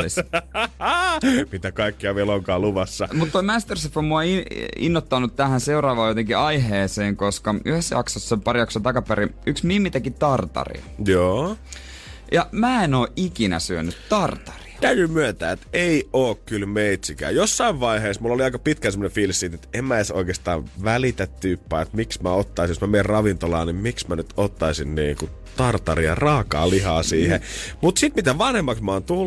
Mitä kaikkia vielä onkaan luvassa. Mutta toi Masterchef on mua innottanut tähän seuraavaan jotenkin aiheeseen, koska yhdessä jaksossa, pari jaksoa takaperin, yksi mimmi teki tartaria. Joo. Ja mä en oo ikinä syönyt tartaria. Täytyy myöntää, että ei oo kyllä meitsikään. Jossain vaiheessa mulla oli aika pitkään semmoinen fiilis siitä, että en mä edes oikeastaan välitä tyyppää, että miksi mä ottaisin, jos mä menen ravintolaan, niin miksi mä nyt ottaisin niinku tartaria, raakaa lihaa siihen. Mut sit mitä vanhemmaksi mä oon tullut,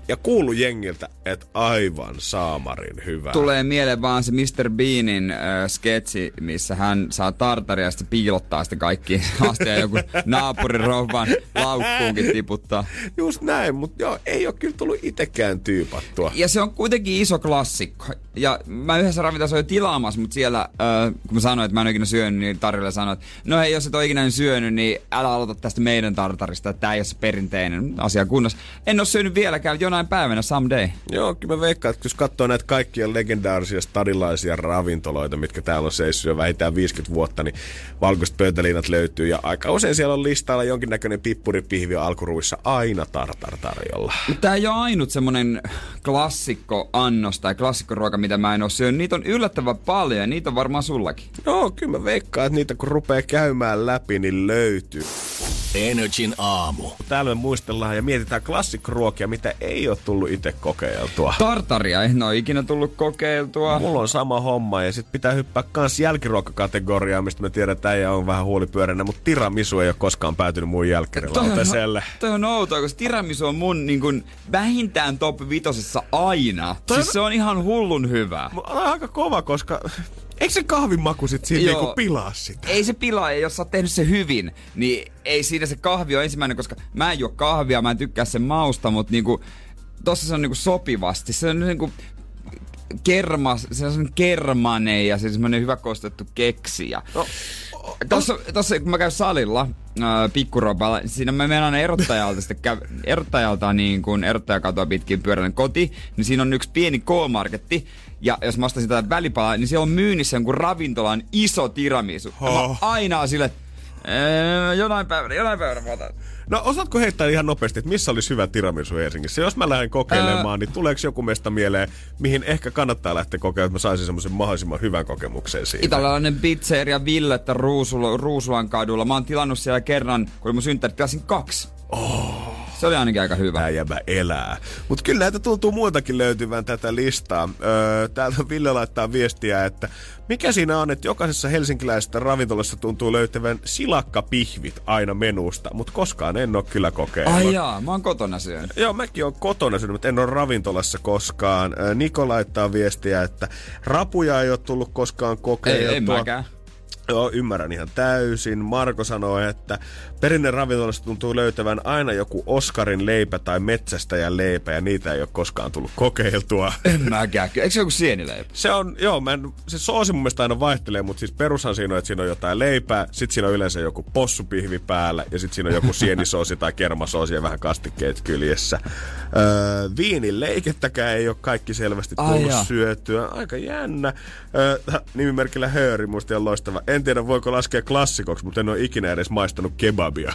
ja kuulu jengiltä, että aivan saamarin hyvä. Tulee mieleen vaan se Mr. Beanin sketsi, missä hän saa tartaria ja sitten piilottaa sitä kaikki asti ja joku naapurirouvan laukkuunkin tiputtaa. Just näin, mutta joo, ei ole kyllä tullut itekään tyypattua. Ja se on kuitenkin iso klassikko. Ja mä yhdessä ravintolassa olin tilaamassa, mutta siellä, kun mä sanoin, että mä en ole ikinä syönyt, niin Tarille sanoi, että no hei, jos et ole ikinä syönyt, niin älä aloita tästä meidän tartarista, että tää ei ole se perinteinen asia kunnossa. En ole syönyt vieläkään, jonain päivänä, someday. Joo, kyllä mä veikkaan, että jos katsoo näitä kaikkia legendaarisia stadilaisia ravintoloita, mitkä täällä on seissyt jo vähintään 50 vuotta, niin valkoiset pöytäliinat löytyy ja aika usein siellä on listalla jonkinnäköinen pippuripihvi alkuruissa aina tartar tarjolla. Tää ei ole ainut semmonen klassikko-annos tai klassikkoruoka, mitä mä en oo syönyt. Niitä on yllättävän paljon ja niitä on varmaan sullakin. Joo, kyllä mä veikkaan, että niitä kun rupeaa käymään läpi, niin löytyy. Energin aamu. Täällä me muistellaan ja mietitään klassikkoruokia, mitä ei ole tullut itse kokeiltua. Tartaria en ole ikinä tullut kokeiltua. Mulla on sama homma ja sit pitää hyppää kans jälkiruokakategoriaan, mistä mä tiedän, että äijä on vähän huolipyöränä, mutta tiramisu ei ole koskaan päätynyt mun jälkkärilautaselle. Toi on outoa, koska tiramisu on mun niin kun, vähintään top 5 aina. Siis se on ihan hullun hyvä. Aika kova, koska eikö se kahvin maku sit siinä niinku pilaa sitä? Ei se pilaa, ja jos sä oot tehnyt se hyvin, niin ei siinä se kahvi ole ensimmäinen, koska mä en juo kahvia, mä en tykkää sen mausta, mutta niinku, tossa se on niinku sopivasti. Se on niinku se on kermanen ja se on semmonen hyvä koostettu keksi. No. Tossa kun mä käyn salilla pikkuropalla, siinä mä menen aina erottajalta niin kun erottajakatoa pitkin pyöräilen koti, niin siinä on yksi pieni K-marketti. Ja jos mä ostaisin tätä välipalaa, niin siellä on myynnissä jonkun ravintolan iso tiramisu. Mä aina on sille, jonain päivänä mä otan. No osaatko heittää ihan nopeasti, että missä olisi hyvä tiramisu Helsingissä? Jos mä lähden kokeilemaan, niin tuleeko joku meistä mieleen, mihin ehkä kannattaa lähteä kokeilemaan, että mä saisin semmoisen mahdollisimman hyvän kokemuksen siitä? Italialainen pizzeria Villettä Ruusulan kadulla. Mä oon tilannut siellä kerran, kun oli mun synttärit, tilasin 2. Se oli ainakin aika hyvä. Äijäbä elää. Mut kyllä näitä tuntuu muiltakin löytyvän tätä listaa. Täältä Ville laittaa viestiä, että mikä siinä on, että jokaisessa helsinkiläisessä ravintolassa tuntuu löytävän silakkapihvit aina menusta, mutta koskaan en ole kyllä kokeillut. Ai jaa, mä oon kotona syönyt. Joo, mäkin oon kotona syönyt, mutta en ole ravintolassa koskaan. Niko laittaa viestiä, että rapuja ei ole tullut koskaan kokeiltua. En mäkään. Joo, ymmärrän ihan täysin. Marko sanoi, että perinne ravintolasta tuntuu löytävän aina joku Oskarin leipä tai metsästäjän leipä, ja niitä ei ole koskaan tullut kokeiltua. En mäkään. Eikö se joku sienileipä? Se on, joo, se soosi mun mielestä aina vaihtelee, mutta siis perushan siinä on, että siinä on jotain leipää, sit siinä on yleensä joku possupihvi päällä, ja sit siinä on joku sienisoosi tai kermasoosi ja vähän kastikkeet kyljessä. Viinin leikettäkään ei ole kaikki selvästi tullut syötyä. Aika jännä. Nimimerkillä Hööri, musta on loistava. En tiedä, voiko laskea klassikoksi, mutta en ole ikinä edes maistanut kebabia.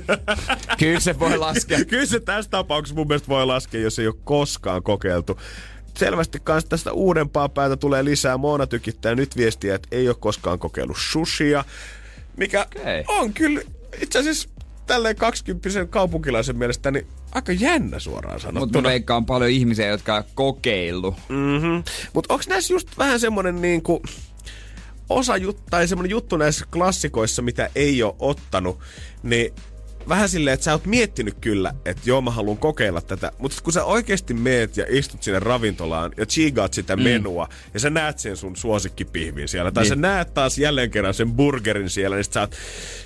Kyllä se voi laskea. Kyllä se tässä tapauksessa mun mielestä voi laskea, jos ei ole koskaan kokeiltu. Selvästi kans tästä uudempaa päätä tulee lisää. Moona tykittää nyt viestiä, että ei ole koskaan kokeillut sushia. Mikä on kyllä itse asiassa tälleen 20-vuotiaan kaupunkilaisen mielestä niin aika jännä suoraan sanottuna. Mutta mä veikkaan on paljon ihmisiä, jotka on kokeillut. Mutta onko näissä just vähän semmonen niinku tai semmonen juttu näissä klassikoissa, mitä ei ole ottanut, niin vähän silleen, että sä oot miettinyt kyllä, että joo, mä haluan kokeilla tätä, mutta kun sä oikeesti meet ja istut sinne ravintolaan ja chigaat sitä menua ja sä näet sen sun suosikkipihvin siellä, tai sä näet taas jälleen kerran sen burgerin siellä, niin sit sä oot,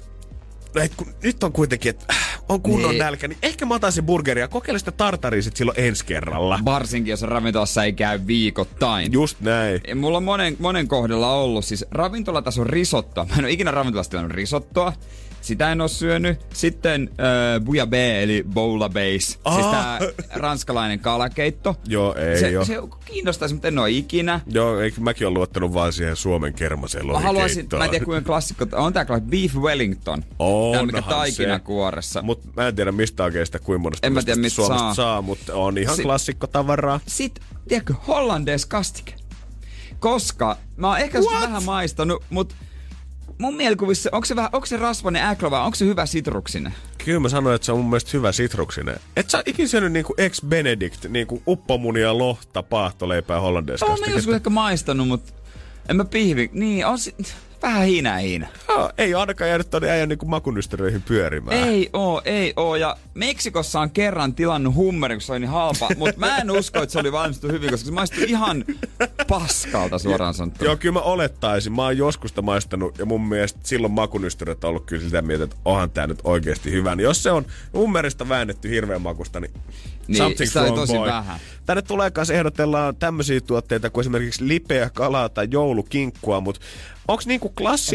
nyt on kuitenkin, että on kunnon nälkä, niin ehkä mä otan sen burgeria ja kokeile sitä tartaria sit silloin ensi kerralla. Varsinkin, jos ravintolassa ei käy viikoittain. Just näin. Mulla on monen kohdalla ollut, siis ravintolatason risottoa. Mä en ole ikinä ravintolassa tilannut risottoa. Sitä en oo syönyt. Sitten bouillabaisse, eli bouillabaisse. Siis tää ranskalainen kalakeitto. Joo, ei oo. Se kiinnostaisi, mutta en oo ikinä. Joo, eikö mäkin oon luottanut vaan siihen Suomen kermaseen lohikeittoon. Mä en tiedä kuinka klassikko. On tää Beef Wellington. Tää mikä taikinakuoressa. Mut mä en tiedä mistä oikein sitä kuinka monesta en mä tiedä, mistä Suomesta saa, mutta on ihan klassikko tavaraa. Sitten, tiedätkö, hollandaise kastike. Koska mä oon ehkä vähän maistanut, mut mun mielikuvissa, onko se rasvainen äklä vai onko se hyvä sitruksinen? Kyllä mä sanoin, että se on mun mielestä hyvä sitruksinen. Et sä ikin syönyt niinku ex-Benedict, niinku uppomunia, lohta, paahtoleipää, hollandaise kastiketta? Oon mä joskus ehkä maistanut, mut en mä pihvi. Niin, Vähän hiinä. No, ei ainakaan jäänyt tonne äijän niinku makunystyröihin pyörimään. Ei oo. Ja Meksikossa on kerran tilannut hummerin, kun se oli niin halpa. Mutta mä en usko, että se oli valmistettu hyvin, koska se maistui ihan paskalta suoraan sanottuna. Joo, kyllä mä olettaisin. Mä oon joskus sitä maistanut ja mun mielestä silloin makunystyröt on ollut kyllä sitä mieltä, että onhan tää nyt oikeesti hyvä. Niin jos se on hummerista väännetty hirveän makusta, niin sitä oli tosi vähän. Tänne tulee kanssa ehdotellaan tämmöisiä tuotteita kuin esimerkiksi lipeä kalaa tai joulukinkkua, mutta onks niinku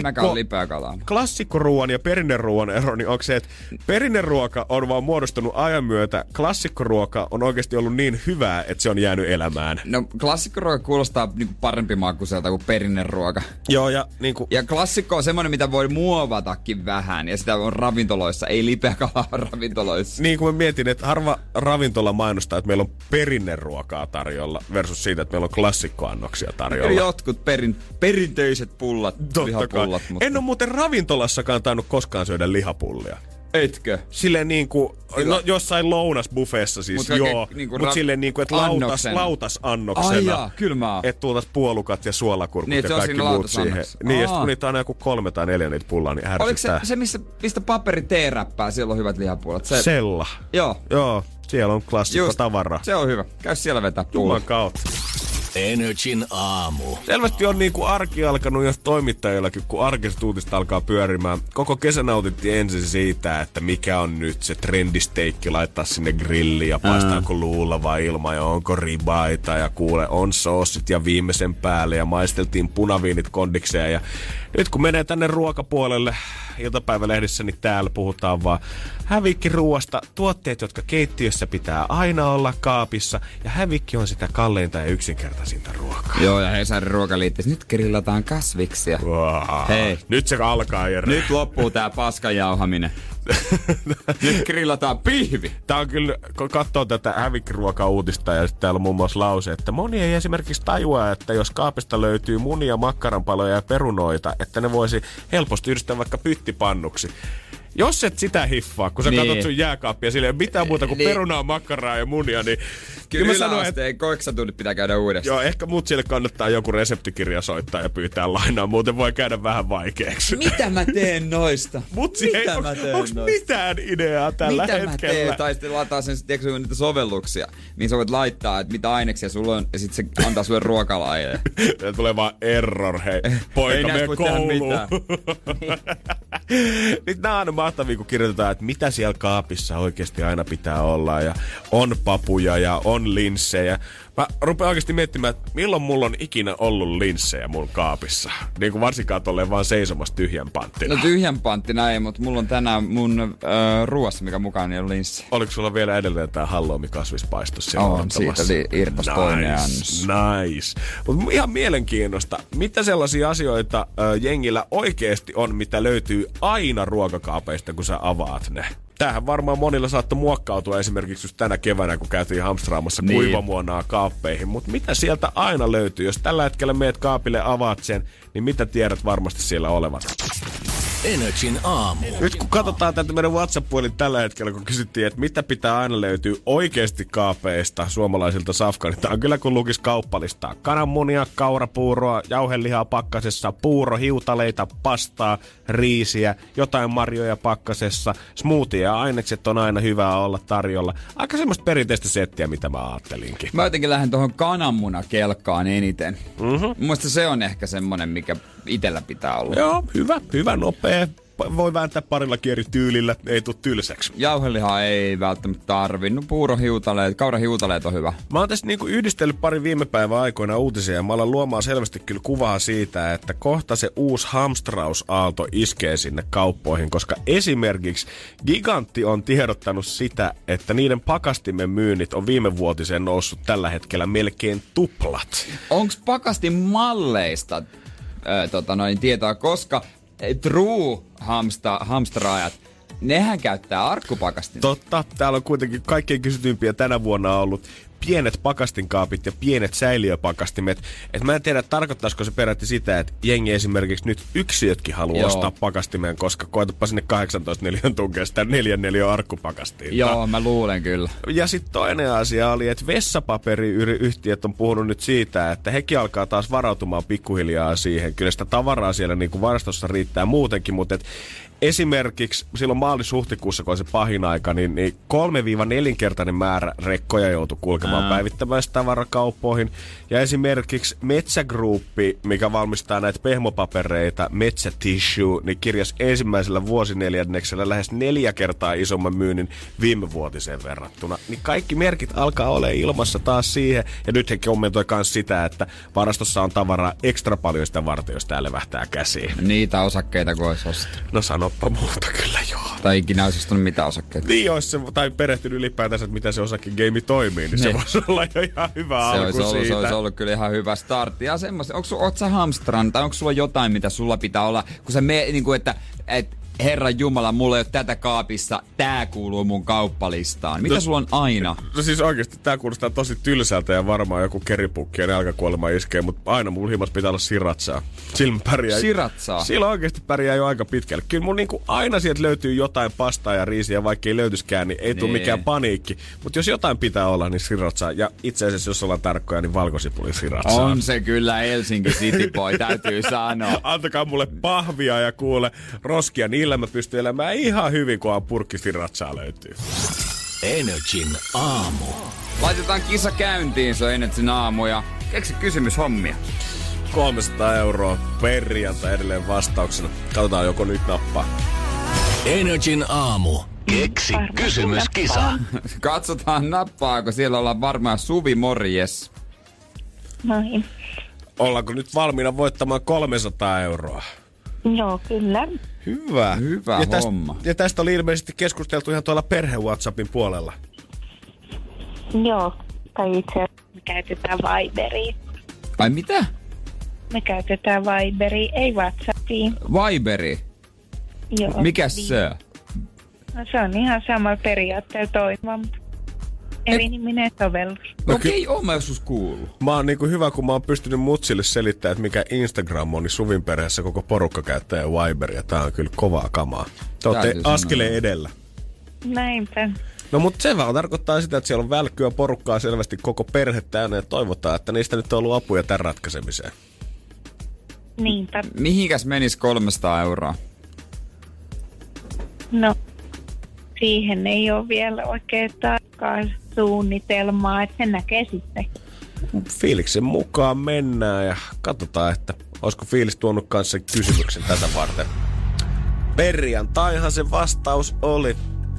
klassikkoruoan ja perinneruoan ero, niin onko se, että perinneruoka on vaan muodostunut ajan myötä, klassikkoruoka on oikeasti ollut niin hyvää, että se on jäänyt elämään? No klassikkoruoka kuulostaa niinku parempi makuiselta kuin perinneruoka. Joo, ja niinku... Ja klassikko on semmoinen, mitä voi muovatakin vähän, ja sitä on ravintoloissa, ei lipeä kalaa ravintoloissa. Niin kuin mä mietin, että harva ravintola mainostaa, että meillä on perinneruokaa tarjolla versus siitä, että meillä on klassikkoannoksia tarjolla. Jotkut perinteiset pullat. Lihapullat, mutta... En ole muuten ravintolassakaan tainnut koskaan syödä lihapullia. Etkö? Silleen niinku, no jossain lounasbuffeessa siis, mutta silleen niinku, että lautasannoksena. Ai jaa, kyllä mä oon. Että tuotas puolukat ja suolakurkut niin, ja kaikki muut siihen. Niin, ja sit kun niitä on aina joku 3 tai 4 niitä pullaa, niin ärsyttää. Oliko se mistä paperi teeräppää, siellä on hyvät lihapullat? Sella. Joo, siellä on klassikko tavara. Se on hyvä. Käy siellä vetää pullaa. Juman kautta. NRJ:n aamu. Selvästi on niinku arki alkanut jos toimittajillakin, kun arkiset uutiset alkaa pyörimään. Koko kesä nautittiin ensin siitä, että mikä on nyt se trendisteikki laittaa sinne grilliin ja paistaako luulava ilma ja onko ribaita ja kuule on soosit ja viimeisen päälle ja maisteltiin punaviinit kondikseen. Ja nyt kun menee tänne ruokapuolelle iltapäivälehdissä, niin täällä puhutaan vaan hävikkiruuasta, tuotteet, jotka keittiössä pitää aina olla kaapissa ja hävikki on sitä kalleinta ja yksinkertaisinta ruokaa. Joo, ja Hesarin ruokaliitteessä nyt grillataan kasviksia. Wow. Hei. Nyt se alkaa, Jere. Nyt loppuu tää paskan jauhaminen. Nyt grillataan pihvi. Tää on kyllä, kun katsoo tätä hävikkiruoka-uutista ja sitten täällä on muun muassa lause, että moni ei esimerkiksi tajua, että jos kaapista löytyy munia, makkaranpaloja ja perunoita, että ne voisi helposti yhdistää vaikka pyttipannuksi. Jos et sitä hiffaa, kun sä katsot sun jääkaappia, sillä ei ole mitään muuta kuin perunaa, makkaraa ja munia, niin... Kyllä mä sanoin, että 8 tunnit pitää käydä uudestaan. Joo, ehkä mut sille kannattaa joku reseptikirja soittaa ja pyytää lainaa, muuten voi käydä vähän vaikeaksi. Mitä mä teen noista? Onks mitään ideaa tällä hetkellä? Mitä mä teen? Tai sitten lataa sen tiedätkö, niitä sovelluksia, mihin sä voit laittaa, että mitä aineksia sulla on, ja sit se antaa sulle ruokalaajeja. Ja tulee vaan error, hei. Poika, mene kouluun. Nyt nää on mahtavia, kun kirjoitetaan, että mitä siellä kaapissa oikeasti aina pitää olla, ja on papuja ja on linssejä. Mä rupean oikeasti miettimään, että milloin mulla on ikinä ollut linssejä mun kaapissa. Niin kuin varsinkaan tolleen vaan seisomassa tyhjän panttina. No tyhjän panttina ei, mutta mulla on tänään mun ruuassa, mikä mukaan niin on linssejä. Oliko sulla vielä edelleen tää halloumi-kasvispaistos siellä on, siitä irtos toinen annos. Nice. Mutta ihan mielenkiinnosta, mitä sellaisia asioita jengillä oikeasti on, mitä löytyy aina ruokakaapeista, kun sä avaat ne? Tämähän varmaan monilla saattoi muokkautua esimerkiksi just tänä keväänä, kun käytiin hamstraamassa kuivamuonaa kaappeihin. Mutta mitä sieltä aina löytyy? Jos tällä hetkellä meet kaapille, avaat sen, niin mitä tiedät varmasti siellä olevat? NRJ:n aamu. Nyt kun katsotaan tätä meidän WhatsApp-puolin tällä hetkellä, kun kysyttiin, että mitä pitää aina löytyä oikeasti kaapeista suomalaisilta safka, niin tämä on kyllä kun lukisi kauppalistaa. Kananmunia, kaurapuuroa, jauhelihaa pakkasessa, puurohiutaleita, pastaa, riisiä, jotain marjoja pakkasessa, smoothie ja ainekset on aina hyvä olla tarjolla. Aika semmoista perinteistä settiä, mitä mä ajattelinkin. Mä jotenkin lähden tuohon kananmunakelkkaan eniten. Mun mielestä se on ehkä semmonen, mikä itellä pitää olla. Joo, hyvä, nopea. Voi vääntää parillakin eri tyylillä, ei tule tylsäksi. Jauhelihaa ei välttämättä tarvinnut. Puurohiutaleet, kaurahiutaleet on hyvä. Mä oon tässä niinku yhdistellyt pari viime päivän aikoina uutisia ja mä alan luomaan selvästi kyllä kuvaa siitä, että kohta se uusi hamstrausaalto iskee sinne kauppoihin, koska esimerkiksi Gigantti on tiedottanut sitä, että niiden pakastimen myynnit on viimevuotiseen noussut tällä hetkellä melkein tuplat. Onks pakastin malleista tietoa, koska True hamstraajat, nehän käyttää arkkupakastimia. Totta, täällä on kuitenkin kaikkein kysytympiä tänä vuonna ollut pienet pakastinkaapit ja pienet säiliöpakastimet. Et mä en tiedä, tarkoittaisiko se peräti sitä, että jengi esimerkiksi nyt yksiötkin haluaa ostaa pakastimeen, koska koetapa sinne 18 neliön tunkea sitä 4 neliön arkkupakastiin. Joo, mä luulen kyllä. Ja sitten toinen asia oli, että vessapaperiyhtiöt on puhunut nyt siitä, että hekin alkaa taas varautumaan pikkuhiljaa siihen. Kyllä sitä tavaraa siellä niin kuin varastossa riittää muutenkin, mutta esimerkiksi silloin maalis-huhtikuussa, kun on se pahin aika, niin 3-4-kertainen määrä rekkoja joutui kulkemaan päivittämässä tavarakauppoihin. Ja esimerkiksi Metsägruppi, mikä valmistaa näitä pehmopapereita, Metsätissue, niin kirjasi ensimmäisellä vuosineljänneksellä lähes 4 kertaa isomman myynnin viimevuotiseen verrattuna. Niin kaikki merkit alkaa olemaan ilmassa taas siihen. Ja nyt he kommentoi myös sitä, että varastossa on tavaraa ekstra paljon sitä varten, jos täällä lähtää käsiin. Niitä osakkeita, kun olisi ostaa. No sanoppa muuta kyllä, joo. Tai ikinä olisi ostanut mitään osakkeita. Niin, olisi se, tai perehtynyt ylipäätänsä, että miten se osakegeimi toimii, niin se voisi olla jo ihan hyvä alku siitä. Se olisi ollut kyllä ihan hyvä startti. Ja semmoista, oot sä hamstran, tai onko sulla jotain, mitä sulla pitää olla, kun sä niin kuin, että Herran Jumala, mulla ei ole tätä kaapissa, tää kuuluu mun kauppalistaan. Mitä sulla on aina? No siis oikeesti tää kuulostaa tosi tylsältä ja varmaan joku keripukki ja nälkäkuolema iskee, mutta aina mun himas pitää olla siratsaa. Sillä pärjää. Siratsaa? Sillä oikeesti pärjää jo aika pitkälle. Kyllä mun niinku aina sieltä löytyy jotain pastaa ja riisiä, vaikka ei löytyskään, niin ei tule mikään paniikki. Mutta jos jotain pitää olla, niin siratsaa. Ja itse asiassa, jos ollaan tarkkoja, niin valkosipuli siratsaa. On se kyllä Helsinki City Boy, täytyy sanoa. Antakaa mulle pahvia ja kuule roskia, niillä mä pystyn elämään ihan hyvin, kun purkki siratsaa löytyy. Energin aamu. Laitetaan kisa käyntiin, se on Energin aamu ja keksi kysymyshommia. 300 € perjantai edelleen vastauksena. Katsotaan, joko nyt nappaa. Energin aamu. Keksi kysymyskisa. Katsotaan nappaako. Siellä ollaan varmaan Suvi, morjes. Noin. Ollaanko nyt valmiina voittamaan 300 €? Joo, kyllä. Hyvä. Hyvä homma. Ja tästä oli ilmeisesti keskusteltu ihan tuolla perhe-WhatsAppin puolella. Joo, tai itse asiassa me käytetään Viberia. Ai mitä? Me käytetään Viberia, ei WhatsAppia. Viberi? Joo. Mikäs se? No, se on ihan samalla periaatteella toimiva, mutta eri niminen sovellus. Okei, oon mä joskus kuullut. Mä oon niinku hyvä, kun mä oon pystynyt mutsille selittämään, että mikä Instagram on, niin Suvin perheessä koko porukka käyttää Viberia. Tää on kyllä kovaa kamaa. Te ootte askeleen edellä. Näinpä. No mut se vaan tarkoittaa sitä, että siellä on välkkyä porukkaa selvästi koko perhe täynnä ja toivotaan, että niistä nyt on ollut apuja tämän ratkaisemiseen. Niinpä. Mihinkäs menis 300 €? No, siihen ei ole vielä oikein tarkkaa suunnitelmaa, että sen näkee sitten. Fiiliksen mukaan mennään ja katsotaan, että olisiko fiilis tuonut kanssa kysymyksen tätä varten. Perjantaihan se vastaus oli.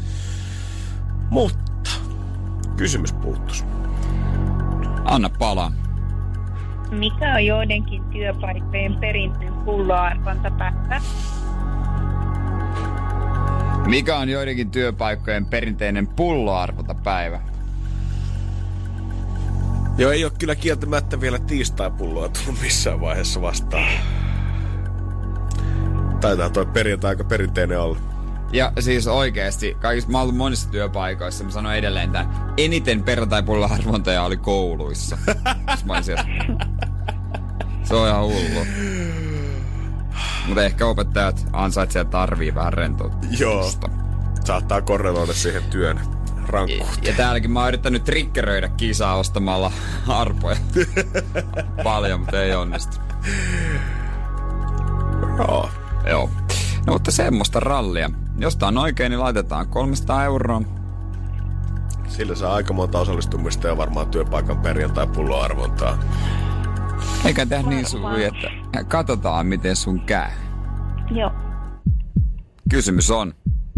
Mutta kysymys puuttus. Anna palaa. Mikä on joidenkin työpaikkojen perinteinen pulloarvontapäivä? Mikä on joidenkin työpaikkojen perinteinen pulloarvontapäivä? Joo, ei ole kyllä kieltämättä vielä tiistai-pulloa tullut missään vaiheessa vastaan. Taitaa toi perjantai aika perinteinen olla. Ja siis oikeesti, kaikissa, mä oon ollut monissa työpaikoissa, mä sanon edelleen tän, eniten perjantai-pulloarvontoja oli kouluissa. Se on ihan hullu. Mutta ehkä opettajat ansaitsee tarvii vähän rentoutta. Joo, saattaa korreloida siihen työn rankkuuteen. Ja täälläkin mä oon yrittänyt triggeröidä kisaa ostamalla arpoja. Paljon, mutta ei onnistu. Joo. No mutta semmoista rallia. Jos tää on oikein, niin laitetaan 300 €. Sillä saa aika monta osallistumista ja varmaan työpaikan perjantai-pulloarvontaa. Eikä tehdä niin Suvi, että katsotaan miten sun käy. Joo. Kysymys on.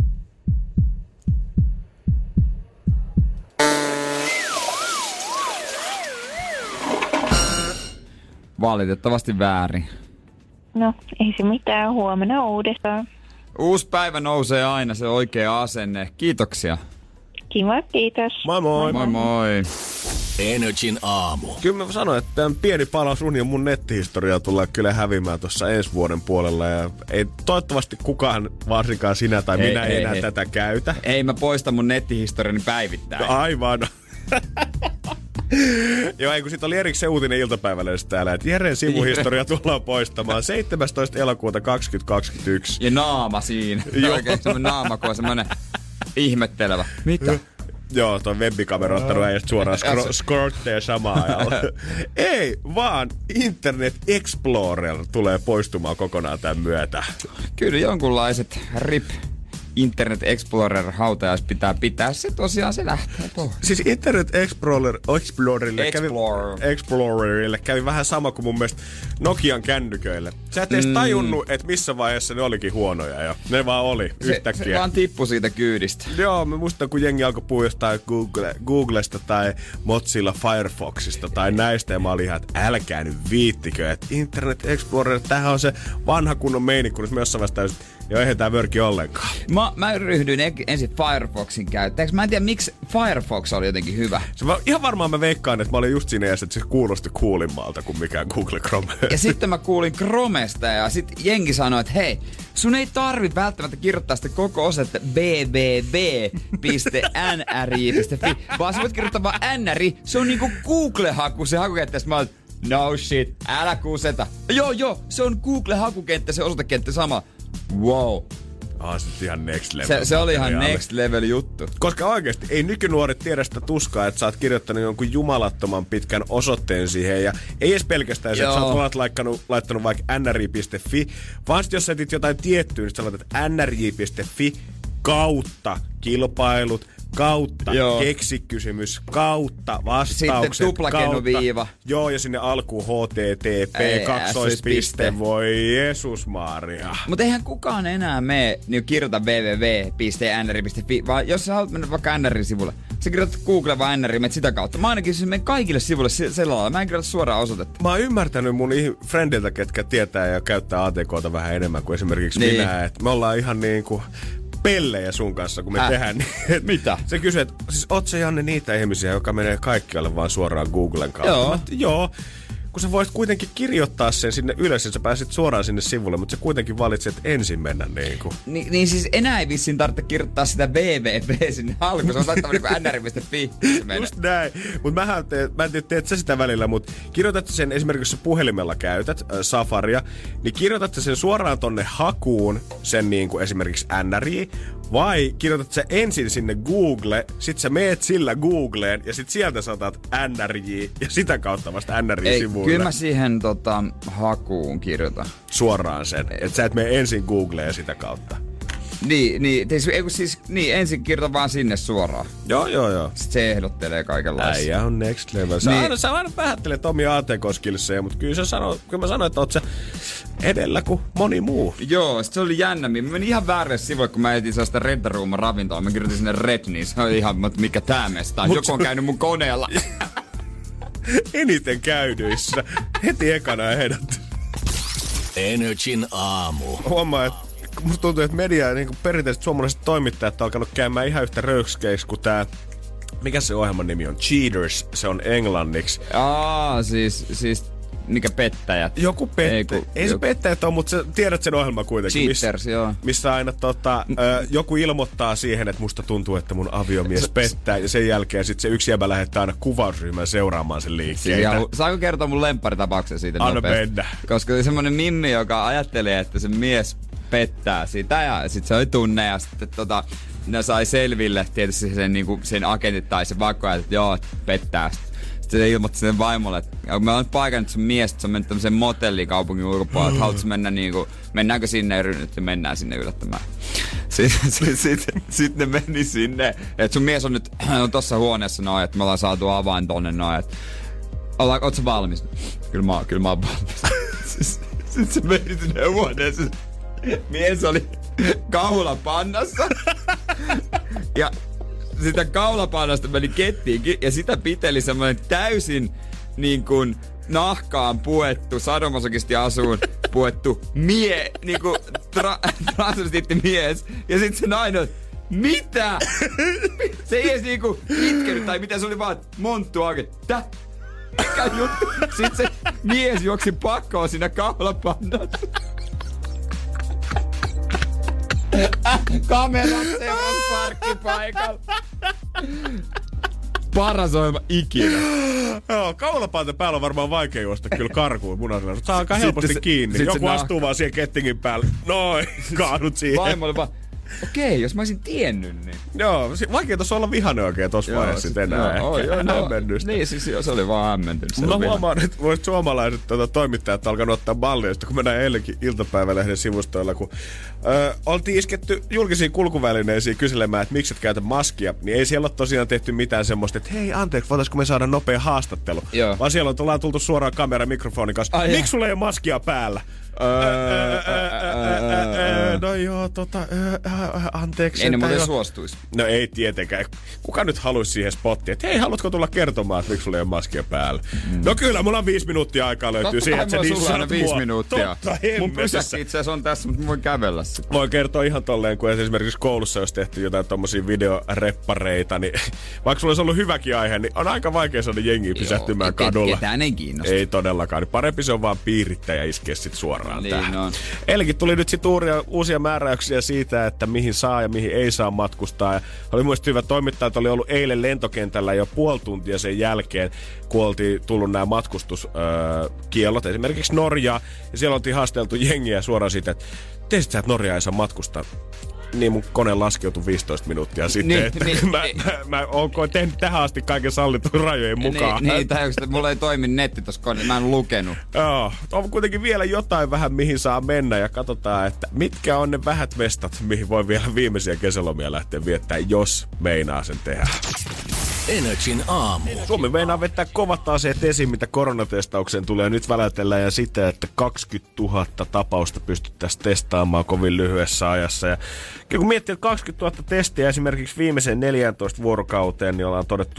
Valitettavasti väärin. No, ei se mitään. Huomenna uudestaan. Uusi päivä nousee aina, se oikea asenne. Kiitoksia. Kiva, kiitos. Moi moi. Moi moi. Energin aamu. Kyllä mä sanoin, että tämän pieni pala sun ja mun nettihistoriaa tullaan kyllä hävimään tuossa ensi vuoden puolella. Ja ei toivottavasti kukaan, varsinkaan sinä tai minä, ei enää tätä käytä. Ei mä poista mun nettihistoriani päivittäin. No, aivan. Joo, kun sit oli erikseen uutinen iltapäivällä täällä, että Jeren sivuhistoria tullaan poistamaan 17. elokuuta 2021. Ja naama siinä. Oikein semmonen naama, kun on semmonen ihmettelevä. Mitä? Joo, toi webbikamera on ottanut äijästä suoraan skortteja samaan ajalla. Ei, vaan Internet Explorer tulee poistumaan kokonaan tämän myötä. Kyllä jonkunlaiset RIP Internet Explorer hautajais pitää se tosiaan se lähtee tuohon. Siis Internet Explorerille kävi vähän sama kuin mun mielestä Nokian kännyköille. Sä et edes tajunnut, että missä vaiheessa ne olikin huonoja jo. Ne vaan oli yhtäkkiä. Se vaan tippui siitä kyydistä. Joo, mä muistan kun jengi alkoi puhua jostain Googlesta tai Mozilla Firefoxista tai näistä. Ja mä olin ihan, että älkää nyt viittikö, että Internet Explorer, tämähän on se vanha kunnon meinikku, jos mä jossain vaiheessa joo, eihän tää vörki ollenkaan. Mä ryhdyin ensin Firefoxin käyttäjäksi. Mä en tiedä, miksi Firefox oli jotenkin hyvä. Ihan varmaan mä veikkaan, että mä olin just siinä, että se kuulosti coolimmalta kuin mikään Google Chrome. Ja sitten mä kuulin Chromesta ja sit jengi sanoi, että hei, sun ei tarvi välttämättä kirjoittaa sitä koko osetta www.nri.fi, vaan sä voit kirjoittaa vaan NRI. Se on niinku Google-haku se hakukenttä. Mä oon, no shit, älä kuseta. Joo, se on Google-hakukenttä, se osoitekenttä sama. Wow. Se ihan next level. Se oli ihan next level juttu. Koska oikeesti ei nykynuoret tiedä sitä tuskaa, että sä oot kirjoittanut jonkun jumalattoman pitkän osoitteen siihen. Ja ei edes pelkästään se, että sä oot laittanut vaikka nri.fi, vaan sit jos sä etit jotain tiettyä, niin sä laitat nri.fi kautta kilpailut, kautta keksikysymys, kautta vastaukset, sitten tuplakennuviiva. Joo, ja sinne alkuun http, kaksoispiste, voi Jeesus Maria. Mutta eihän kukaan enää mene niin kirjoita www.nri.fi, vaan jos sä haluat mennä vaikka NR-sivulle, sä kirjoitat Google vai NR, menet sitä kautta. Mä ainakin siis menen kaikille sivuille sillä lailla. Mä en kirjoita suoraan osoitetta. Mä oon ymmärtänyt mun friendiltä, ketkä tietää ja käyttää ATKta vähän enemmän kuin esimerkiksi minä, että me ollaan ihan niinku pellejä sun kanssa, kun me tehdään niin. Mitä? Se kysyy, että siis oot sä Janne niitä ihmisiä, joka menee kaikkialle vaan suoraan Googlen kautta? Joo. Kun sä voisit kuitenkin kirjoittaa sen sinne ylös, ja sä pääsit suoraan sinne sivulle, mutta sä kuitenkin valitset ensin mennä niinku. Niin siis enää ei vissiin tarvitse kirjoittaa sitä www sinne alkuun. Se on laittava niinku nr.fi. Just näin. Mut mä en tiedä, teet sä sitä välillä, mutta kirjoitat sen esimerkiksi, jos sä puhelimella käytät Safaria, niin kirjoitat sen suoraan tonne hakuun, sen niinku esimerkiksi NRI, vai kirjoitat sä ensin sinne Google, sit sä meet sillä Googleen, ja sit sieltä saatat NRJ, ja sitä kautta vasta NRJ-sivuille. Kyllä mä siihen hakuun kirjoitan. Suoraan sen, että sä et mene ensin Googleen sitä kautta. Niin, ensin kirjoitan vaan sinne suoraan. Joo. Sitten se ehdottelee kaikenlaista. Äijä on next level. Sä aina vähättelet omia ATK-skillsejä, mutta kyllä mä sanoin, että oot sä edellä kuin moni muu. Joo, se oli jännä. Mä menin ihan väärille sivuille, kun mä etin sellaista Red Rooman ravintoa. Mä kirjoitin sinne Red, niin se oli ihan, mikä tää mesta on. Joku on käynyt mun koneella. Eniten käydyissä. Heti ekana ehdot. Energin aamu. Huomaa, että musta tuntuu, että media, niin kuin perinteiset suomalaiset toimittajat on alkanut käymään ihan yhtä röykskeiksi kuin tää, mikä se ohjelman nimi on? Cheaters, se on englanniksi. Siis mikä pettäjät? Joku pettäjät. Ei se pettäjät ole, mutta sä tiedät sen ohjelman kuitenkin. Cheaters, joo. Missä aina joku ilmoittaa siihen, että musta tuntuu, että mun aviomies pettää. Ja sen jälkeen sit se yksi jäbä lähettää aina kuvausryhmään seuraamaan sen liikkeitä. Saanko kertoa mun lempparitapauksen siitä nopeasti? Anna mennä. Koska oli semmonen mimmi, joka ajattelee, että se mies pettää sitä ja sit se oli tunne ja sitten ne sai selville tietysti sen agentit tai se vakko, että joo, pettää. Sitten se ilmoitti sen vaimolle, että mä olen paikannut sun mies, että se on mennyt tämmöiseen motelliin kaupungin ulkopuolelle, että haluatko mennä mennäänkö sinne ja mennään sinne yllättämään. Sitten ne meni sinne, että sun mies on nyt tossa huoneessa noin, että me ollaan saatu avain tonne noin, että oot sä valmis? Kyllä mä oon valmis. Sitten se meni sinne huoneeseen. Mies oli kaulapannassa ja sitä kaulapannasta meni kettiinkin ja sitä piteli semmoinen täysin niin kuin nahkaan puettu, sadomasokisti asuun puettu transvestiitti mies. Ja sit se nainen, mitä? Se ei edes niinku itkenyt tai mitä, se oli vaan monttu auki. Mikä juttu? Sit se mies juoksi pakkoon siinä kaulapannassa. Kamerat seurasi parkkipaikalla. Paras ohjelma ikinä. Joo, kaulapaita päällä on varmaan vaikea juosta kyllä karkuun punaisella. Saa aika helposti kiinni. Joku astuu vaan siihen kettingin päälle. Noin, kaadut siihen. Vaimo oli vaan, okei, jos mä olisin tiennyt, niin... Joo, vaikea tuossa olla vihainen oikein tossa vaiheessa enää. Hämmennystä. Niin, siis se oli vaan hämmentynyt. Mä huomaan, että voisit suomalaiset toimittajat alkanut ottaa mallia, kun mä näin eilenkin iltapäivälehden sivustoilla, kun oltiin isketty julkisiin kulkuvälineisiin kyselemään, että miksi et käytä maskia, niin ei siellä ole tosiaan tehty mitään semmoista, että hei anteeksi, voitaisko me saada nopea haastattelu? Joo. Vaan siellä on tultu suoraan kameran mikrofonin kanssa. Miksi sulla ei ole maskia päällä? No joo, anteeksi. Ei ne muuten suostuisi. No ei tietenkään. Kuka nyt haluaisi siihen spottiin, että hei, haluatko tulla kertomaan, että miksi sulla ei ole maskia päällä? No kyllä, mulla on 5 minuuttia aikaa löytyy siihen, että se dissaat 5 minuuttia. Totta mun pysäkki itse asiassa on tässä, mutta mä voin kävellä sitä. Voi kertoa ihan tolleen, kun esimerkiksi koulussa jos tehty jotain tommosia videoreppareita, niin vaikka sulla olisi ollut hyväkin aihe, niin on aika vaikea saada jengiä pysähtymään kadulla. Ketään ei kiinnosta. Ei todellakaan. Niin parempi se on vaan piirittää ja iskeä sit suoraan niin tähän. On. Eilenkin tuli nyt sit uusia määräyksiä siitä, että mihin saa ja mihin ei saa matkustaa. Ja oli muista hyvä toimittajat oli ollut eilen lentokentällä jo puoli tuntia sen jälkeen, kun oltiin tullut nämä matkustuskiellot, esimerkiksi Norjaa. Ja siellä oltiin haasteltu jengiä suoraan siitä, että tiesit sä, että Norjaa ei saa matkustaa. Niin mun kone laskeutui 15 minuuttia sitten, mä oon tehnyt tähän asti kaiken sallitun rajojen mukaan. Niin, tai onko mulla ei toimi netti tossa koneessa, mä en lukenut. Joo, on kuitenkin vielä jotain vähän mihin saa mennä ja katsotaan, että mitkä on ne vähät mestat, mihin voi vielä viimeisiä kesälomia lähteä viettää, jos meinaa sen tehdä. Energin aamu. Suomi meinaa vetää kovat aseet esiin, mitä koronatestaukseen tulee. Nyt välätellään ja sitä, että 20 000 tapausta pystyttäisiin testaamaan kovin lyhyessä ajassa. Ja kun miettii, että 20 000 testiä esimerkiksi viimeiseen 14 vuorokauteen, niin ollaan todettu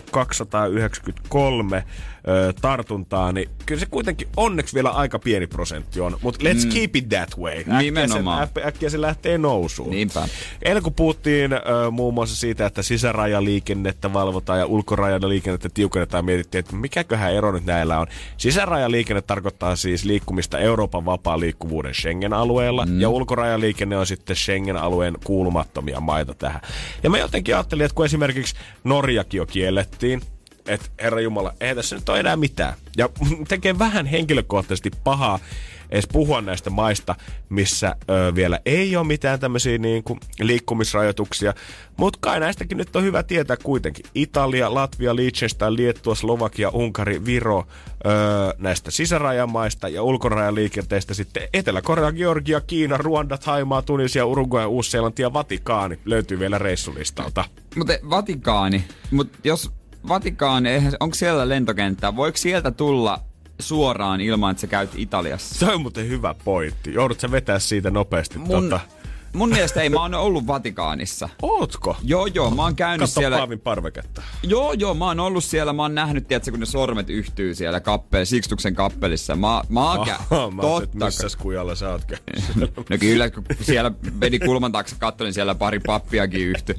293 tartuntaa, niin kyllä se kuitenkin onneksi vielä aika pieni prosentti on. Mutta let's keep it that way. Äkkiä se lähtee nousuun. Niinpä. Eilen kun puhuttiin muun muassa siitä, että sisärajaliikennettä valvotaan ja ulkorajaliikennettä tiukennetaan, mietittiin, että mikäköhän ero nyt näillä on. Sisärajaliikenne tarkoittaa siis liikkumista Euroopan vapaan liikkuvuuden Schengen-alueella, ja ulkorajaliikenne on sitten Schengen-alueen kuulumattomia maita tähän. Ja mä jotenkin ajattelin, että kun esimerkiksi Norjakin jo kiellettiin, että herra jumala, eihän tässä nyt ole enää mitään. Ja tekee vähän henkilökohtaisesti pahaa edes puhua näistä maista, missä vielä ei ole mitään tämmöisiä niin kuin liikkumisrajoituksia. Mutta kai näistäkin nyt on hyvä tietää kuitenkin. Italia, Latvia, Liechtenstein, Liettua, Slovakia, Unkari, Viro näistä sisärajamaista ja ulkorajaliikenteistä sitten Etelä-Korea, Georgia, Kiina, Ruanda, Thaimaa, Tunisia, Uruguay, Uusi-Seelanti ja Vatikaani löytyy vielä reissulistalta. Mutta Vatikaani, jos Vatikaani, onko siellä lentokenttää? Voiko sieltä tulla suoraan ilman, että sä käyt Italiassa? Se on muuten hyvä pointti. Joudut sä vetää siitä nopeasti Mun mielestä ei, mä oon ollut Vatikaanissa. Ootko? Joo, mä oon käynyt siellä. Katso Paavin parveketta. Joo, mä oon ollut siellä, mä oon nähnyt, tiedätkö, kun ne sormet yhtyy siellä Sixtuksen kappelissa. Mä totta. Missäs kujalla sä oot käynyt? No kyllä, kun siellä meni kulman taakse kattelin, siellä pari pappiakin yhtyi.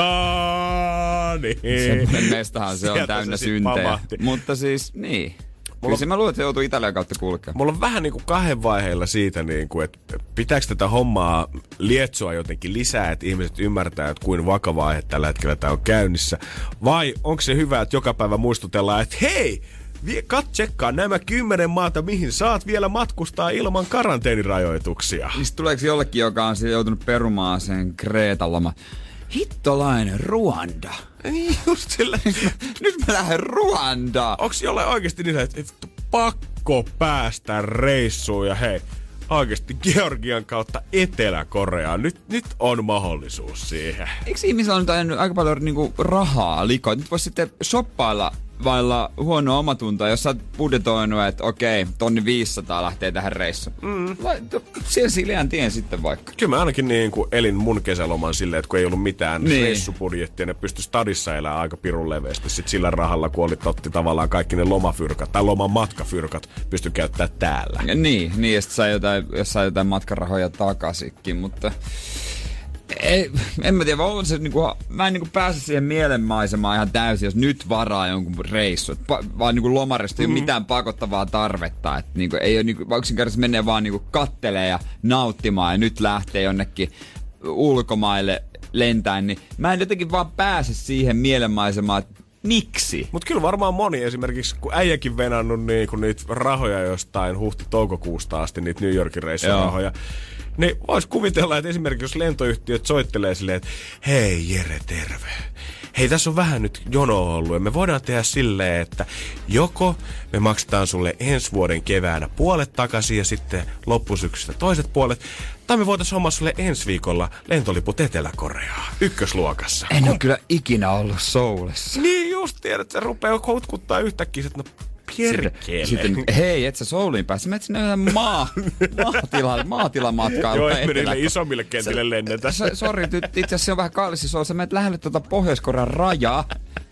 Niin. Semmoinen mestahan se on täynnä syntejä. Mutta siis, niin. Kyllä mä luulen, että joutuu Italian kautta kulkemaan. Mulla on vähän niinku 2 vaiheilla siitä, niinku, että pitääkö tätä hommaa lietsoa jotenkin lisää, että ihmiset ymmärtää, että kuin vakava aihe tällä hetkellä tämä on käynnissä. Vai onko se hyvä, että joka päivä muistutellaan, että hei, tsekkaa nämä 10 maata, mihin saat vielä matkustaa ilman karanteenirajoituksia. Niin tuleeko jollekin, joka on joutunut perumaan sen Kreetan loma? Hittolainen Ruanda. Niin just sillä. Nyt mä lähden Ruandaan. Onks jollain oikeesti niin, että pakko päästä reissuun ja hei, oikeesti Georgian kautta Etelä-Koreaan. Nyt on mahdollisuus siihen. Eikö ihmisillä on nyt aika paljon niinku rahaa liikoa? Nyt vois sitten shoppailla vailla huonoa omatuntoa, jos sä oot budjetoinut, että okei, 1500 lähtee tähän reissuun. Siellä sileän tien sitten vaikka. Kyllä mä ainakin niin kuin elin mun kesäloman silleen, että kun ei ollut mitään reissubudjettia, ne pystyi stadissa elämään aika pirun leveästi sit sillä rahalla, kun otti tavallaan kaikki ne lomafyrkat tai loman matkafyrkat pystyi käyttämään täällä. Niin ja sit sai jotain matkarahoja takaisinkin, mutta en mä tiedä, on se mä en pääse siihen mielenmaisemaan ihan täysin, jos nyt varaa jonkun reissu. Vaan lomarista ei ole mitään pakottavaa tarvetta. Että ei ole yksinkertaisesti menee vaan kattelee ja nauttimaan ja nyt lähtee jonnekin ulkomaille lentäen. Niin mä en jotenkin vaan pääse siihen mielenmaisemaan, että Miksi? Mut kyllä varmaan moni esimerkiksi, kun äijäkin venannut niin niitä rahoja jostain huhti-toukokuusta asti, niitä New Yorkin reissurahoja, niin vois kuvitella, että esimerkiksi jos lentoyhtiöt soittelee silleen, että hei Jere, terve. Hei, tässä on vähän nyt jono ollut ja me voidaan tehdä silleen, että joko me maksetaan sulle ensi vuoden keväänä puolet takaisin ja sitten loppusyksystä toiset puolet, tai me voitaisiin hommaa sulle ensi viikolla lentoliput Etelä-Koreaan, ykkösluokassa. En ole kyllä ikinä ollut Soulissa. Niin just tiedät, että se rupeaa houtkuttaa yhtäkkiä, että no perkele. Sitten, hei, et sä Souliin päässä, menet sinne maatilamatkailuun. Joo, ei niille isommille kentille lennetä. Sori, itse asiassa se on vähän kallis, sä menet lähelle Pohjois-Korean rajaa.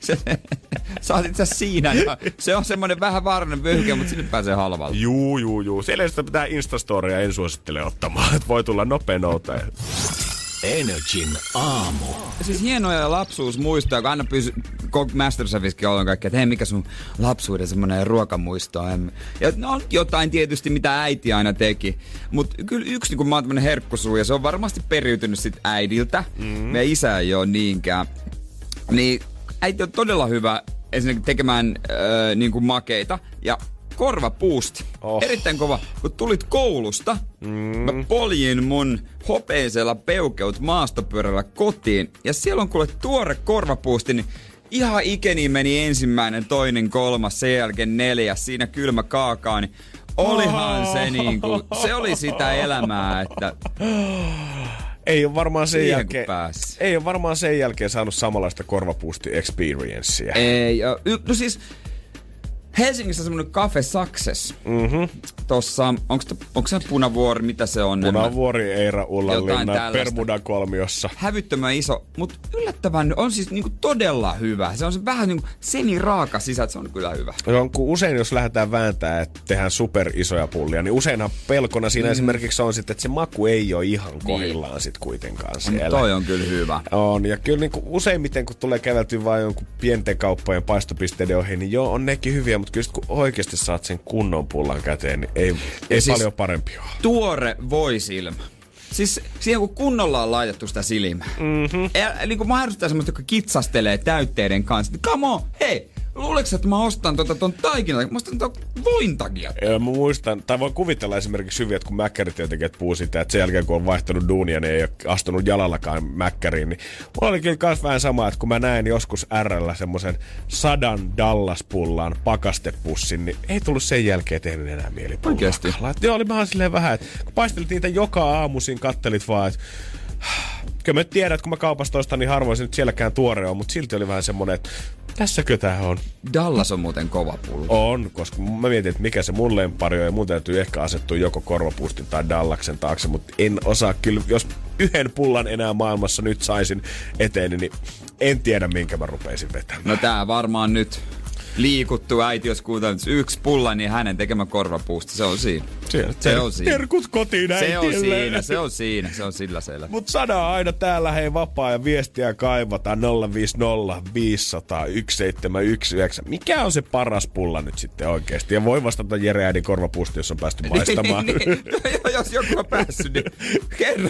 Sä oot itse asiassa siinä. Ja se on semmoinen vähän vaarallinen vyöhyke, mutta sinne pääsee halvalla. Juu. Siellä sitä pitää Instastoria en suosittele ottamaan, että voi tulla nopea nouta. Energin aamu. Siis hienoja lapsuusmuistoja, kun aina Masterchefiskin on kaikkea, että hei, mikä sun lapsuuden semmoinen ruokamuisto on. Ja no jotain tietysti, mitä äiti aina teki. Mutta kyllä yksi, kun mä oon tämmönen herkkusuu, ja se on varmasti periytynyt sit äidiltä. Meidän isä ei oo niinkään. Niin äiti on todella hyvä ensinnäkin tekemään niinku makeita. Ja korvapuusti. Erittäin kova. Kun tulit koulusta, mä poljin mun hopeisella peukeut maastopyörällä kotiin. Ja siellä on kuule tuore korvapuusti, niin ihan ikeni meni ensimmäinen, toinen, kolmas, sen jälkeen 4. Siinä kylmä kaakaa, niin olihan se niinku, se oli sitä elämää, että ei ole varmaan sen jälkeen saanut samanlaista korvapuusti-experiencea. Ei, no siis Helsingissä on semmonen Cafe Success. Tossa, onko se Punavuori, mitä se on? Punavuori, Eira, Ullanlinna, Bermuda-kolmiossa. Hävyttömän iso, mutta yllättävän on siis niinku todella hyvä. Se on se vähän niinku semiraaka sisältö, se on kyllä hyvä. No, kun usein jos lähdetään vääntämään, että tehdään superisoja pullia, niin useinhan pelkona siinä esimerkiksi on sitten, että se maku ei ole ihan kohdillaan sit kuitenkaan siellä. Toi on kyllä hyvä. On, ja kyllä niinku useimmiten kun tulee käveltyä vain jonkun pienten kauppojen paistopisteiden ohi, niin joo, on nekin hyviä, mutta kyllä kun oikeasti saat sen kunnon pullan käteen, niin ei siis paljon parempi ole. Tuore voisilmä. Siis siihen kun kunnolla on laitettu sitä silmää. Niin kuin mä harrastan semmoista, joka kitsastelee täytteiden kanssa. Come on, hei! Luuleeko että mä ostan ton taikinan? Mä ostan ton voin takia. Mä muistan, tai voin kuvitella esimerkiksi hyvin, että kun mäkkärityöntekijät puhuu sitä, että sen jälkeen kun on vaihtanut duunia, niin ei ole astunut jalallakaan mäkkäriin, niin mulla oli kyllä kans vähän sama, että kun mä näin joskus R:llä semmosen 100 Dallas-pullan pakastepussin, niin ei tullut sen jälkeen tehnyt enää mieli pullaa. Oikeesti? Joo, oli vähän silleen vähän, että kun paistelit niitä joka aamu, siinä kattelit vaan, että kyllä mä tiedän, että kun mä kaupasta ostan, niin harvoin se nyt sielläkään tuore on, mutta silti oli vähän semmonen, että tässäkö tää on? Dallas on muuten kova pullo. On, koska mä mietin, että mikä se mun lempari on, ja mun täytyy ehkä asettua joko korvapuustin tai Dallaksen taakse, mutta en osaa kyllä, jos yhden pullan enää maailmassa nyt saisin eteeni, niin en tiedä minkä mä rupeisin vetämään. No tää varmaan nyt liikuttu äiti, jos kuulee yksi pulla, niin hänen tekemä korvapuusti, se on siinä. Se on siinä. Terkut kotiin äitille. Se on sillä selvä. Mut saadaan aina täällä hei vapaa ja viestiä kaivataan 050 500 1719. Mikä on se paras pulla nyt sitten oikeesti? Ja voi vastata Jere äidin korvapuusti, jos on päästy maistamaan. Jos joku on päässyt, niin kerro.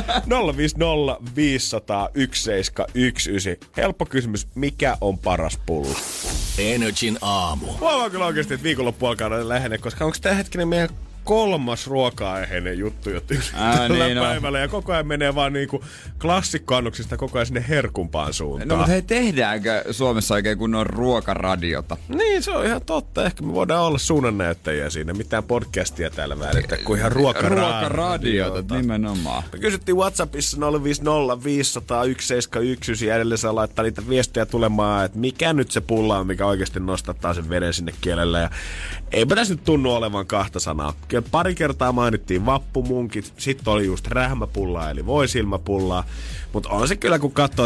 050 500 1719. Helppo kysymys, mikä on paras pulla? Energin aamu. Huomaa kyllä oikeesti, että viikonloppu alkaa lähenee, koska onko tää hetkinen meidän 3. ruoka-aiheinen juttu jo tällä niin päivällä. Ja koko ajan menee vaan niinku klassikkoannoksista koko ajan sinne herkumpaan suuntaan. No mutta hei, tehdäänkö Suomessa oikein kunnon ruokaradiota? Niin, se on ihan totta. Ehkä me voidaan olla suunnannäyttäjiä siinä. Mitään podcastia täällä väärittää kuin ihan ruokaradiota. Nimenomaan. Me kysyttiin WhatsAppissa 050 500 1719 ja edelleen saa laittaa niitä viestejä tulemaan, että mikä nyt se pulla on, mikä oikeasti nostattaa sen veden sinne kielelle. Ja eipä tässä nyt tunnu olevan kahta sanaa. Pari kertaa mainittiin vappumunkit, sitten oli just rähmäpullaa eli voisilmäpullaa, mutta on se kyllä kun katsoo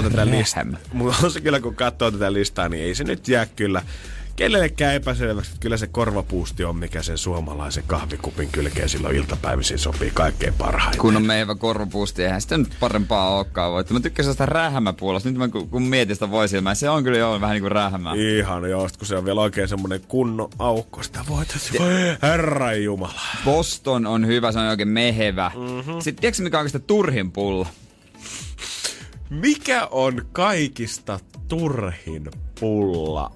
tätä listaa, niin ei se nyt jää kyllä kenellekään epäselväksi, että kyllä se korvapuusti on, mikä sen suomalaisen kahvikupin kylkeen silloin iltapäivisin sopii kaikkein parhaiten. Kun on meivä korvapuusti, eihän sitä nyt parempaa olekaan voi. Mä tykkäsin sitä rähmäpuolasta. Nyt kun mietin sitä voisilmää, se on kyllä jo vähän niin kuin rähmää. Ihan joo, kun se on vielä oikein semmonen kunnon aukko, sitä voitaisiin. Herran jumala. Boston on hyvä, se on oikein mehevä. Sitten tiedätkö mikä on oikeastaan turhin pulla? Mikä on kaikista turhin pulla?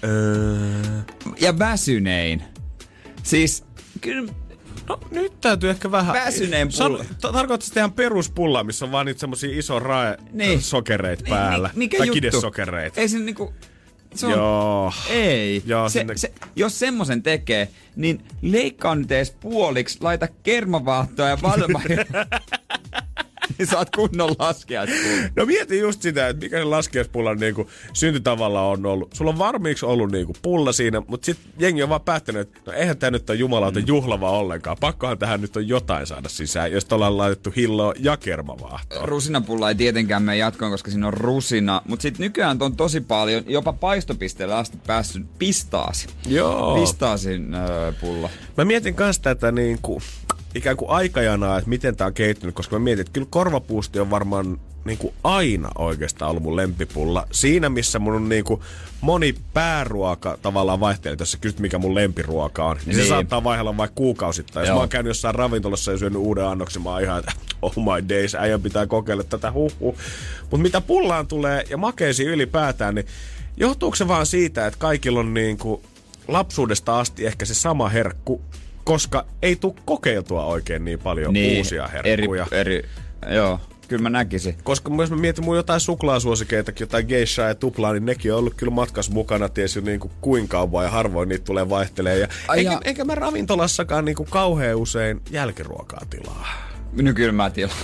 Ja väsynein. Siis, kyllä... No nyt täytyy ehkä vähän... Väsyneen pulla. Tarkoittaa sitä ihan peruspullaa, missä on vaan niitä semmosia iso sokereita päällä. Mikä tai juttu? kidesokereita. Ei se niinku... Se on, Joo. Ei. Joo, jos semmosen tekee, niin leikkaa nyt edes puoliksi, laita kermavaahtoa ja valmaria. Niin saat kunnon laskiaispulla. No mieti just sitä, että mikä se laskiaispullan niinku syntytavalla on ollut. Sulla on varmiiksi ollut niinku pulla siinä, mutta sit jengi on vaan päättänyt, että no eihän tää nyt ole jumalauta juhlava ollenkaan. Pakkohan tähän nyt on jotain saada sisään, jos ollaan laitettu hilloa ja kermavaahtoa. Rusinapulla ei tietenkään mene jatkoon, koska siinä on rusina. Mutta sit nykyään on tosi paljon, jopa paistopisteelle asti päässyt pistaasi. Joo. Pistaasin pulla. Mä mietin kans tätä niinku... ikään kuin aikajanaa, että miten tää on kehittynyt, koska mä mietin, että kyllä korvapuusti on varmaan niin kuin aina oikeastaan ollut mun lempipulla. Siinä, missä mun on niin kuin moni pääruoka tavallaan vaihtelee. Jos sä kysyt, mikä mun lempiruoka on, niin se saattaa vaihella vaikka kuukausittain. Jos mä oon käynyt jossain ravintolassa ja syönyt uuden annoksen, mä oon ihan, että oh my days, äijän pitää kokeilla tätä Mutta mitä pullaan tulee ja makeisiin ylipäätään, niin johtuuko se vaan siitä, että kaikilla on niin kuin lapsuudesta asti ehkä se sama herkku, koska ei tule kokeiltua oikein niin paljon uusia herkkuja. Joo, kyllä mä näkisin. Koska jos mä mietin mun jotain suklaasuosikeitakin, jotain geishaa ja tuplaa, niin nekin on ollut kyllä matkas mukana, ties jo niinku kuinka kauan ja harvoin niitä tulee vaihtelee. Eikä mä ravintolassakaan niinku kauhean usein jälkiruokaa tilaa. No kyllä mä tilaan.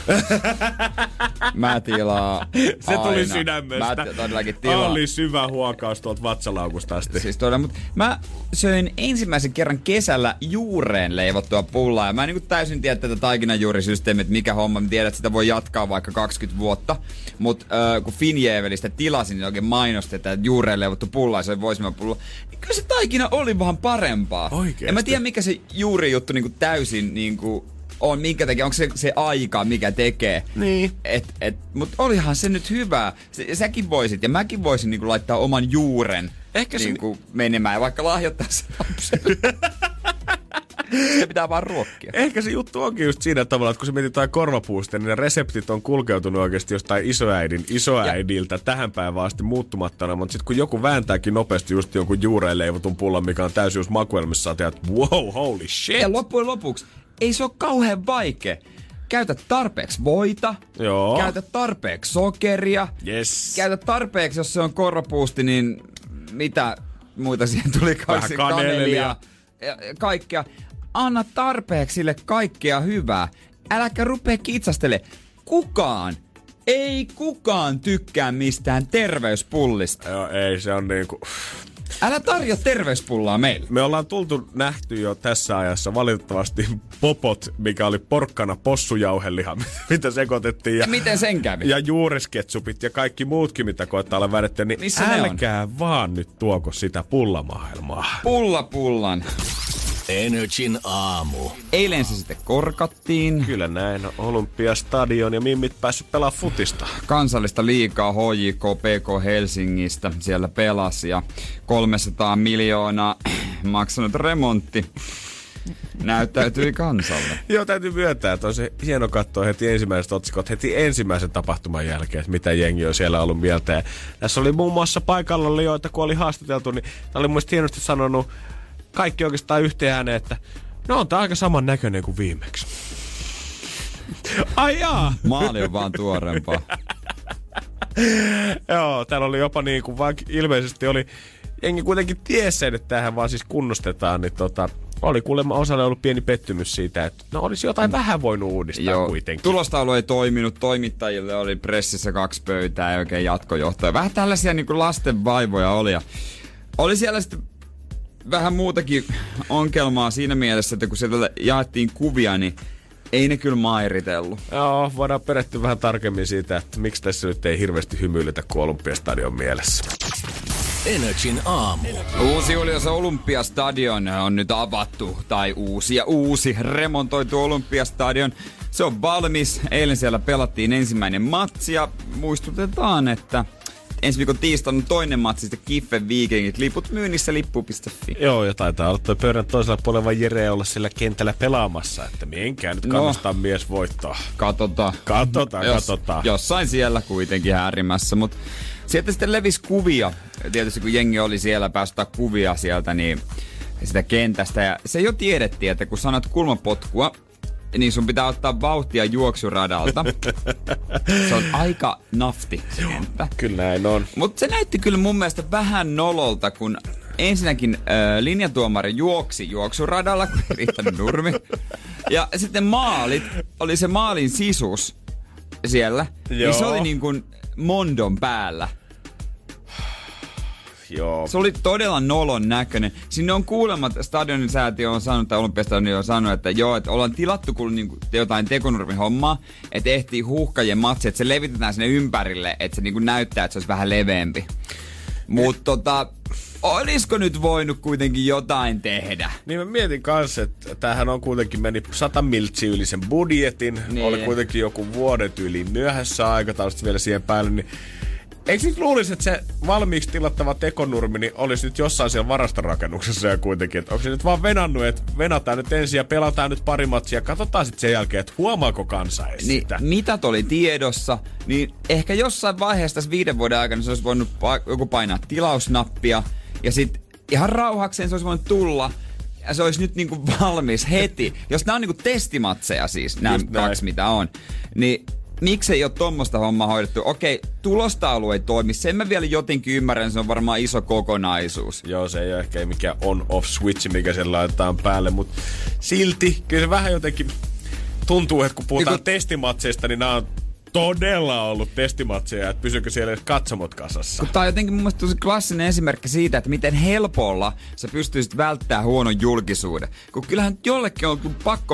Mä tilaan Se aina. tuli sydämestä. Mä todellakin tilaan. Oli syvä huokaus tuolta vatsalaukusta asti. Siis todella, mutta mä söin ensimmäisen kerran kesällä juureen leivottua pullaa. Ja mä en niin täysin tiedä tätä taikinajuurisysteemiä, että mikä homma. Mä tiedän, että sitä voi jatkaa vaikka 20 vuotta. Mutta kun Finjevelistä tilasin, niin oikein mainostetään, että juureen leivottu pulla ja se oli voisimapulla. Niin kyllä se taikina oli vähän parempaa. Oikeesti? En mä tiedä, mikä se juurijuttu niin täysin... Niin on, minkä tekee, onko se aika, mikä tekee. Niin. Mutta olihan se nyt hyvä. Säkin voisit, ja mäkin voisin niinku laittaa oman juuren niinku menemään, ja vaikka lahjoittaa sen lapselle. Se pitää vaan ruokkia. Ehkä se juttu onkin just siinä tavalla, että kun se mietit jotain korvapuusta, niin ne reseptit on kulkeutunut oikeasti jostain isoäidiltä tähän päivään asti muuttumattana, mutta sitten kun joku vääntääkin nopeasti just jonkun juureen leivotun pullan, mikä on täysin just makuelmissa, sä tiedät, wow, holy shit. Ja loppujen lopuksi, ei se ole kauhean vaikea. Käytä tarpeeksi voita, Joo. Käytä tarpeeksi sokeria, yes. Käytä tarpeeksi, jos se on korvapuusti, niin mitä muita siihen tuli? Vähän kanelia. Ja kaikkea. Anna tarpeeksi sille kaikkea hyvää. Äläkä rupea kitsastele. Ei kukaan tykkää mistään terveyspullista. Joo, ei se on niinku... Älä tarjoa terveyspullaa meille. Me ollaan nähty jo tässä ajassa valitettavasti popot, mikä oli porkkana possujauheliha, mitä sekoitettiin. Ja miten sen kävi? Ja juurisketsupit ja kaikki muutkin, mitä koettaa olla vädetty, niin missä älkää vaan nyt tuoko sitä pullamaailmaa. Pullan. Energin aamu. Eilen se sitten korkattiin. Kyllä näin. Olympiastadion ja mimmit päässyt pelaa futista. Kansallista liigaa HJK PK Helsingistä siellä pelasi ja 300 miljoonaa maksanut remontti näyttäytyi kansalle. Joo, täytyy myöntää, että on se hieno katsoa heti ensimmäiset otsikot, heti ensimmäisen tapahtuman jälkeen, että mitä jengi on siellä ollut mieltä. Ja tässä oli muun muassa paikalla joita, kun oli haastateltu, niin tämä oli mun mielestä hienosti sanonut kaikki oikeastaan yhteen ääneen, että no on tää aika saman näköinen kuin viimeksi. Ai jaa! Maali on vaan tuorempaa. Joo, täällä oli jopa niin kuin, vaikka ilmeisesti oli, jengi kuitenkin tiesi sen, että tämähän vaan siis kunnostetaan, niin oli kuulemma osalle ollut pieni pettymys siitä, että no olisi jotain vähän voinut uudistaa kuitenkin. Tulostaulu ei toiminut, toimittajille oli pressissä 2 pöytää ja oikein jatkojohtoja. Vähän tällaisia niin kuin lasten vaivoja oli ja oli siellä sitten vähän muutakin ongelmaa siinä mielessä, että kun sieltä jaettiin kuvia, niin ei ne kyllä mairitellut. Joo, voidaan perehtyä vähän tarkemmin siitä, että miksi tässä nyt ei hirveästi hymyilytä kuin Olympiastadion mielessä. Energin aamu. Uusi Olympiastadion on nyt avattu, tai uusi remontoitu Olympiastadion. Se on valmis. Eilen siellä pelattiin ensimmäinen matsi ja muistutetaan, että ensi viikon tiistaina toinen matsi sitten Kiffen Vikingit. Liput myynnissä lippu.fi. Joo, ja taitaa olla toi pöydän toisella puolella Jere olla siellä kentällä pelaamassa, että menkää nyt kannustaa mies voittaa. Katsotaan. Jossain siellä kuitenkin äärimmässä, mutta sieltä sitten levisi kuvia. Tietysti kun jengi oli siellä, päästää kuvia sieltä, niin sitä kentästä. Ja se jo tiedettiin, että kun sanot kulmapotkua, niin sun pitää ottaa vauhtia juoksuradalta. Se on aika nafti se kenttä. Kyllä näin on. Mutta se näytti kyllä mun mielestä vähän nololta, kun ensinnäkin linjatuomari juoksi juoksuradalla, kun ei riittänyt nurmi. Ja sitten maalit, oli se maalin sisus siellä. Niin se oli niin kuin Mondon päällä. Joo. Se oli todella nolon näköinen. Sinne on kuulemma, Stadionin säätiö on sanonut, tai Olympiastadion on sanonut, että joo, että ollaan tilattu kun niinku jotain tekonurmin hommaa, että ehtii huuhkajien matsi, että se levitetään sinne ympärille, että se niinku näyttää, että se olisi vähän leveämpi. Mutta olisiko nyt voinut kuitenkin jotain tehdä? Niin mä mietin kanssa, että tämähän on kuitenkin meni 100 miltsiä yli sen budjetin. Niin. Oli kuitenkin joku vuodet yli myöhässä aikataulusta vielä siihen päälle, niin eikö nyt luulisi, että se valmiiksi tilattava tekonurmi niin olisi nyt jossain siellä varastorakennuksessa ja kuitenkin, että onko se nyt vaan venannut, että venataan nyt ensin ja pelataan nyt pari matsia ja katsotaan sitten sen jälkeen, että huomaako kansa edes sitä. Mitat oli tiedossa, niin ehkä jossain vaiheessa tässä 5 vuoden aikana se olisi voinut joku painaa tilausnappia ja sitten ihan rauhakseen se olisi voinut tulla ja se olisi nyt niinku valmis heti. Jos nämä on niinku testimatseja siis, nämä 2 mitä on, niin miksi ei ole tommoista hommaa hoidettu? Okei, tulostaulu ei toimi. Sen mä vielä jotenkin ymmärrän, se on varmaan iso kokonaisuus. Joo, se ei ole ehkä mikään on-off-switch, mikä sen laitetaan päälle, mutta silti kyllä se vähän jotenkin tuntuu, että kun puhutaan testimatseista, niin nämä on todella ollut testimatseja, että pysyykö siellä edes katsomot kasassa. Tämä on jotenkin mun mielestä tosi klassinen esimerkki siitä, että miten helpolla sä pystyisit välttämään huonon julkisuuden. Kun kyllähän jollekin on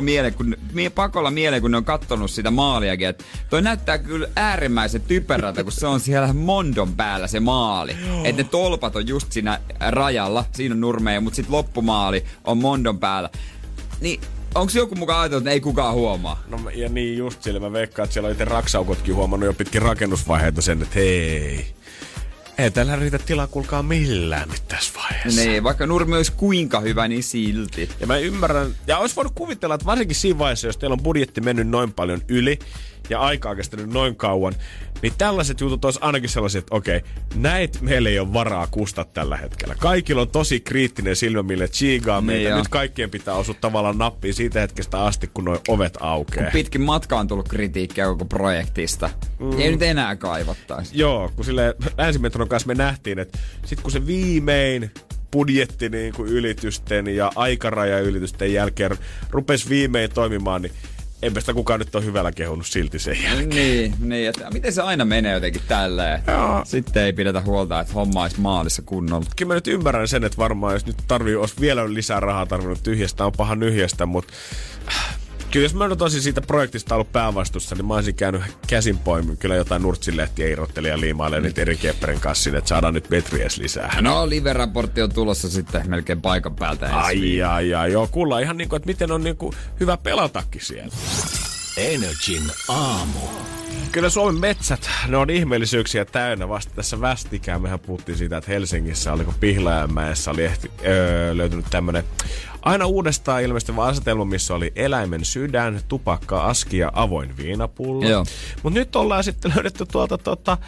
pakolla mieleen, kun ne on kattonut sitä maaliakin, että toi näyttää kyllä äärimmäisen typerältä, kun se on siellä Mondon päällä se maali. Että ne tolpat on just siinä rajalla, siinä on nurmeja, mutta sit loppumaali on Mondon päällä. Niin onko joku mukaan ajatellut, että ei kukaan huomaa? No ja niin just sillä mä veikkaan, että siellä on itse raksaukotkin huomannut jo pitkin rakennusvaiheita sen, että hei, ei täällä riitä tilaa kuulkaa millään nyt tässä vaiheessa. Niin, vaikka nurmi olisi kuinka hyvä, niin silti. Ja mä ymmärrän, ja olisi voinut kuvitella, että varsinkin siinä vaiheessa, jos teillä on budjetti mennyt noin paljon yli ja aikaa kestänyt noin kauan, niin tällaiset jutut olisi ainakin sellaiset, että okei, näitä meillä ei ole varaa kustaa tällä hetkellä. Kaikilla on tosi kriittinen silmä, mille chiigaa meitä. Nyt kaikkien pitää osua tavallaan nappiin siitä hetkestä asti, kun nuo ovet aukeaa. Kun pitkin matkaa on tullut kritiikkiä koko projektista. Ei nyt enää kaivattaisi. Joo, kun silleen Länsimetron kanssa me nähtiin, että sit kun se viimein budjetti niin kuin ylitysten ja aikarajaylitysten jälkeen rupesi viimein toimimaan, niin enpä sitä kukaan nyt on hyvällä kehunut silti sen jälkeen. Niin, että miten se aina menee jotenkin tälleen. Sitten ei pidetä huolta, että homma olisi maalissa kunnolla. Kyllä mä nyt ymmärrän sen, että varmaan jos nyt olisi vielä lisää rahaa tarvinnut tyhjästä, on paha nyhjästä, mutta kyllä jos mä olisin siitä projektista ollut päävastuussa, niin mä olisin käynyt käsin poimin. Kyllä jotain nurtsilehtiä irrotteli ja liimailee niitä eri kepperin kanssa sinne, että saadaan nyt metriäs lisää. No, live-raportti on tulossa sitten melkein paikan päältä. Joo, kuullaan ihan niinku, että miten on niinku hyvä pelatakin siellä. Energin aamu. Kyllä Suomen metsät, ne on ihmeellisyyksiä täynnä. Vasta tässä vastikään mehän puhuttiin siitä, että Helsingissä oliko Pihlajamäessä oli löytynyt tämmönen aina uudestaan ilmestyvä asetelma, missä oli eläimen sydän, tupakka, aski ja avoin viinapullo. Mutta nyt ollaan sitten löydetty tuolta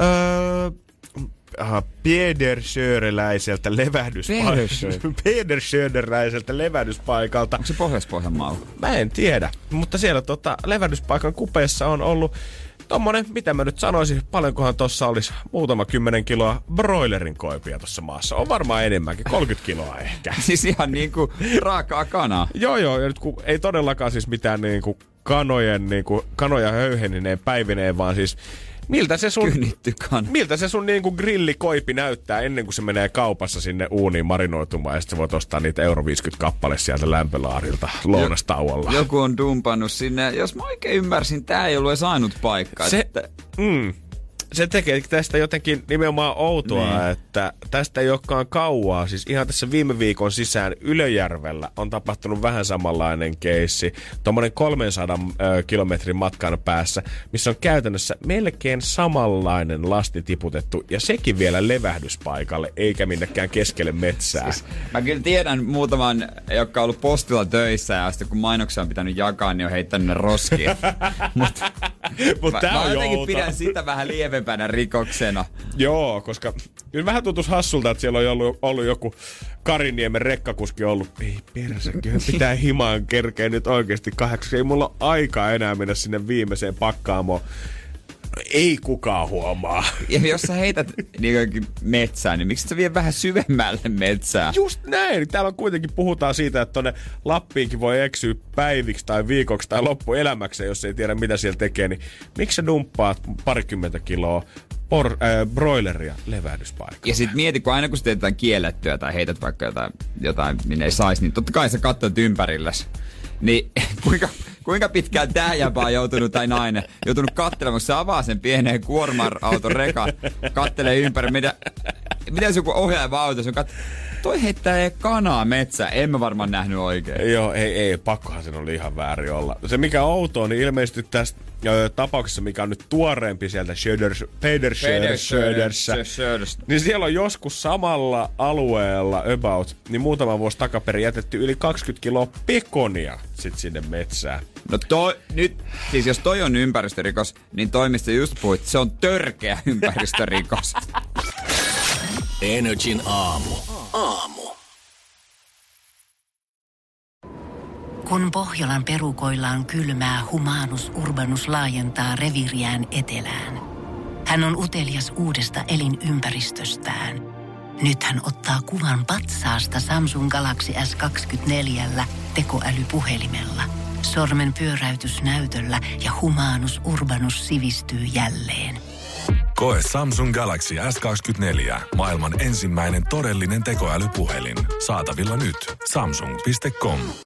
Pedersööreläiseltä levähdyspaikalta. Onko se Pohjois-Pohjanmaalla? Mä en tiedä, mutta siellä levähdyspaikan kupeessa on ollut tommonen, mitä mä nyt sanoisin, paljonkohan tossa olisi muutama 10 kiloa broilerin koipia tossa maassa. On varmaan enemmänkin, 30 kiloa ehkä. Siis ihan niinku raakaa kanaa. Joo, ja nyt kun ei todellakaan siis mitään niinku kanoja höyhenineen päivineen, vaan siis miltä se sun niinku grillikoipi näyttää ennen kuin se menee kaupassa sinne uuniin marinoitumaan ja sitten sä voit ostaa niitä euro 50 kappale sieltä lämpölaarilta lounastauolla. Joku on dumpannut sinne. Jos mä oikein ymmärsin, tää ei ollut edes ainut paikka. se tekee tästä jotenkin nimenomaan outoa, että tästä ei olekaan kauaa. Siis ihan tässä viime viikon sisään Ylöjärvellä on tapahtunut vähän samanlainen keissi. Tuommoinen 300 kilometrin matkan päässä, missä on käytännössä melkein samanlainen lasti tiputettu. Ja sekin vielä levähdyspaikalle, eikä minnekään keskelle metsää. Siis, mä kyllä tiedän muutaman, joka on ollut postilla töissä ja sitten kun mainoksia on pitänyt jakaa, niin on heittänyt ne roskia. Mutta mä jotenkin pidän sitä vähän lievempänä rikoksena. Joo, koska kyllä vähän tuntuisi hassulta, että siellä on ollut joku Kariniemen rekkakuski ollut. Ei perse, kyllä pitää himaan kerkeä nyt oikeasti 8. Ei mulla ole aikaa enää mennä sinne viimeiseen pakkaamoon. Ei kukaan huomaa. Ja jos sä heität niin metsään, niin miksi sä vie vähän syvemmälle metsään? Just näin. Täällä kuitenkin puhutaan siitä, että tonne Lappiinkin voi eksyä päiviksi tai viikoksi tai loppuelämäkseen, jos ei tiedä mitä siellä tekee. Niin miksi sä dumppaat 20 kiloa broileria levähdyspaikalla? Ja sit mieti, kun aina kun sä teet jotain kiellettyä tai heität vaikka jotain minne ei sais, niin totta kai sä katsot ympärilläsi. Niin kuinka pitkään tää jäbä on joutunut, tai nainen, joutunut katselemaan, kun se avaa sen pienen kuorma-auton rekan, kattelee ympäri, miten joku ohjaava auto, se toi heittää kanaa metsään, en mä varmaan nähnyt oikein. Joo, ei, pakkohan sen oli ihan väärin olla. Se mikä outoa, niin ilmeisesti tästä tapauksessa, mikä on nyt tuoreempi sieltä Söderssä, niin siellä on joskus samalla alueella about, niin muutama vuosi takaperin jätetty yli 20 kiloa pekonia sit sinne metsään. No nyt, siis jos toi on ympäristörikos, niin toi mistä just puhuit, se on törkeä ympäristörikos. Energin aamu. Kun Pohjolan perukoillaan kylmää, Humanus Urbanus laajentaa reviiriään etelään. Hän on utelias uudesta elinympäristöstään. Nyt hän ottaa kuvan patsaasta Samsung Galaxy S24 tekoälypuhelimella. Sormen pyöräytys näytöllä ja Humanus Urbanus sivistyy jälleen. Koe Samsung Galaxy S24. Maailman ensimmäinen todellinen tekoälypuhelin. Saatavilla nyt. Samsung.com.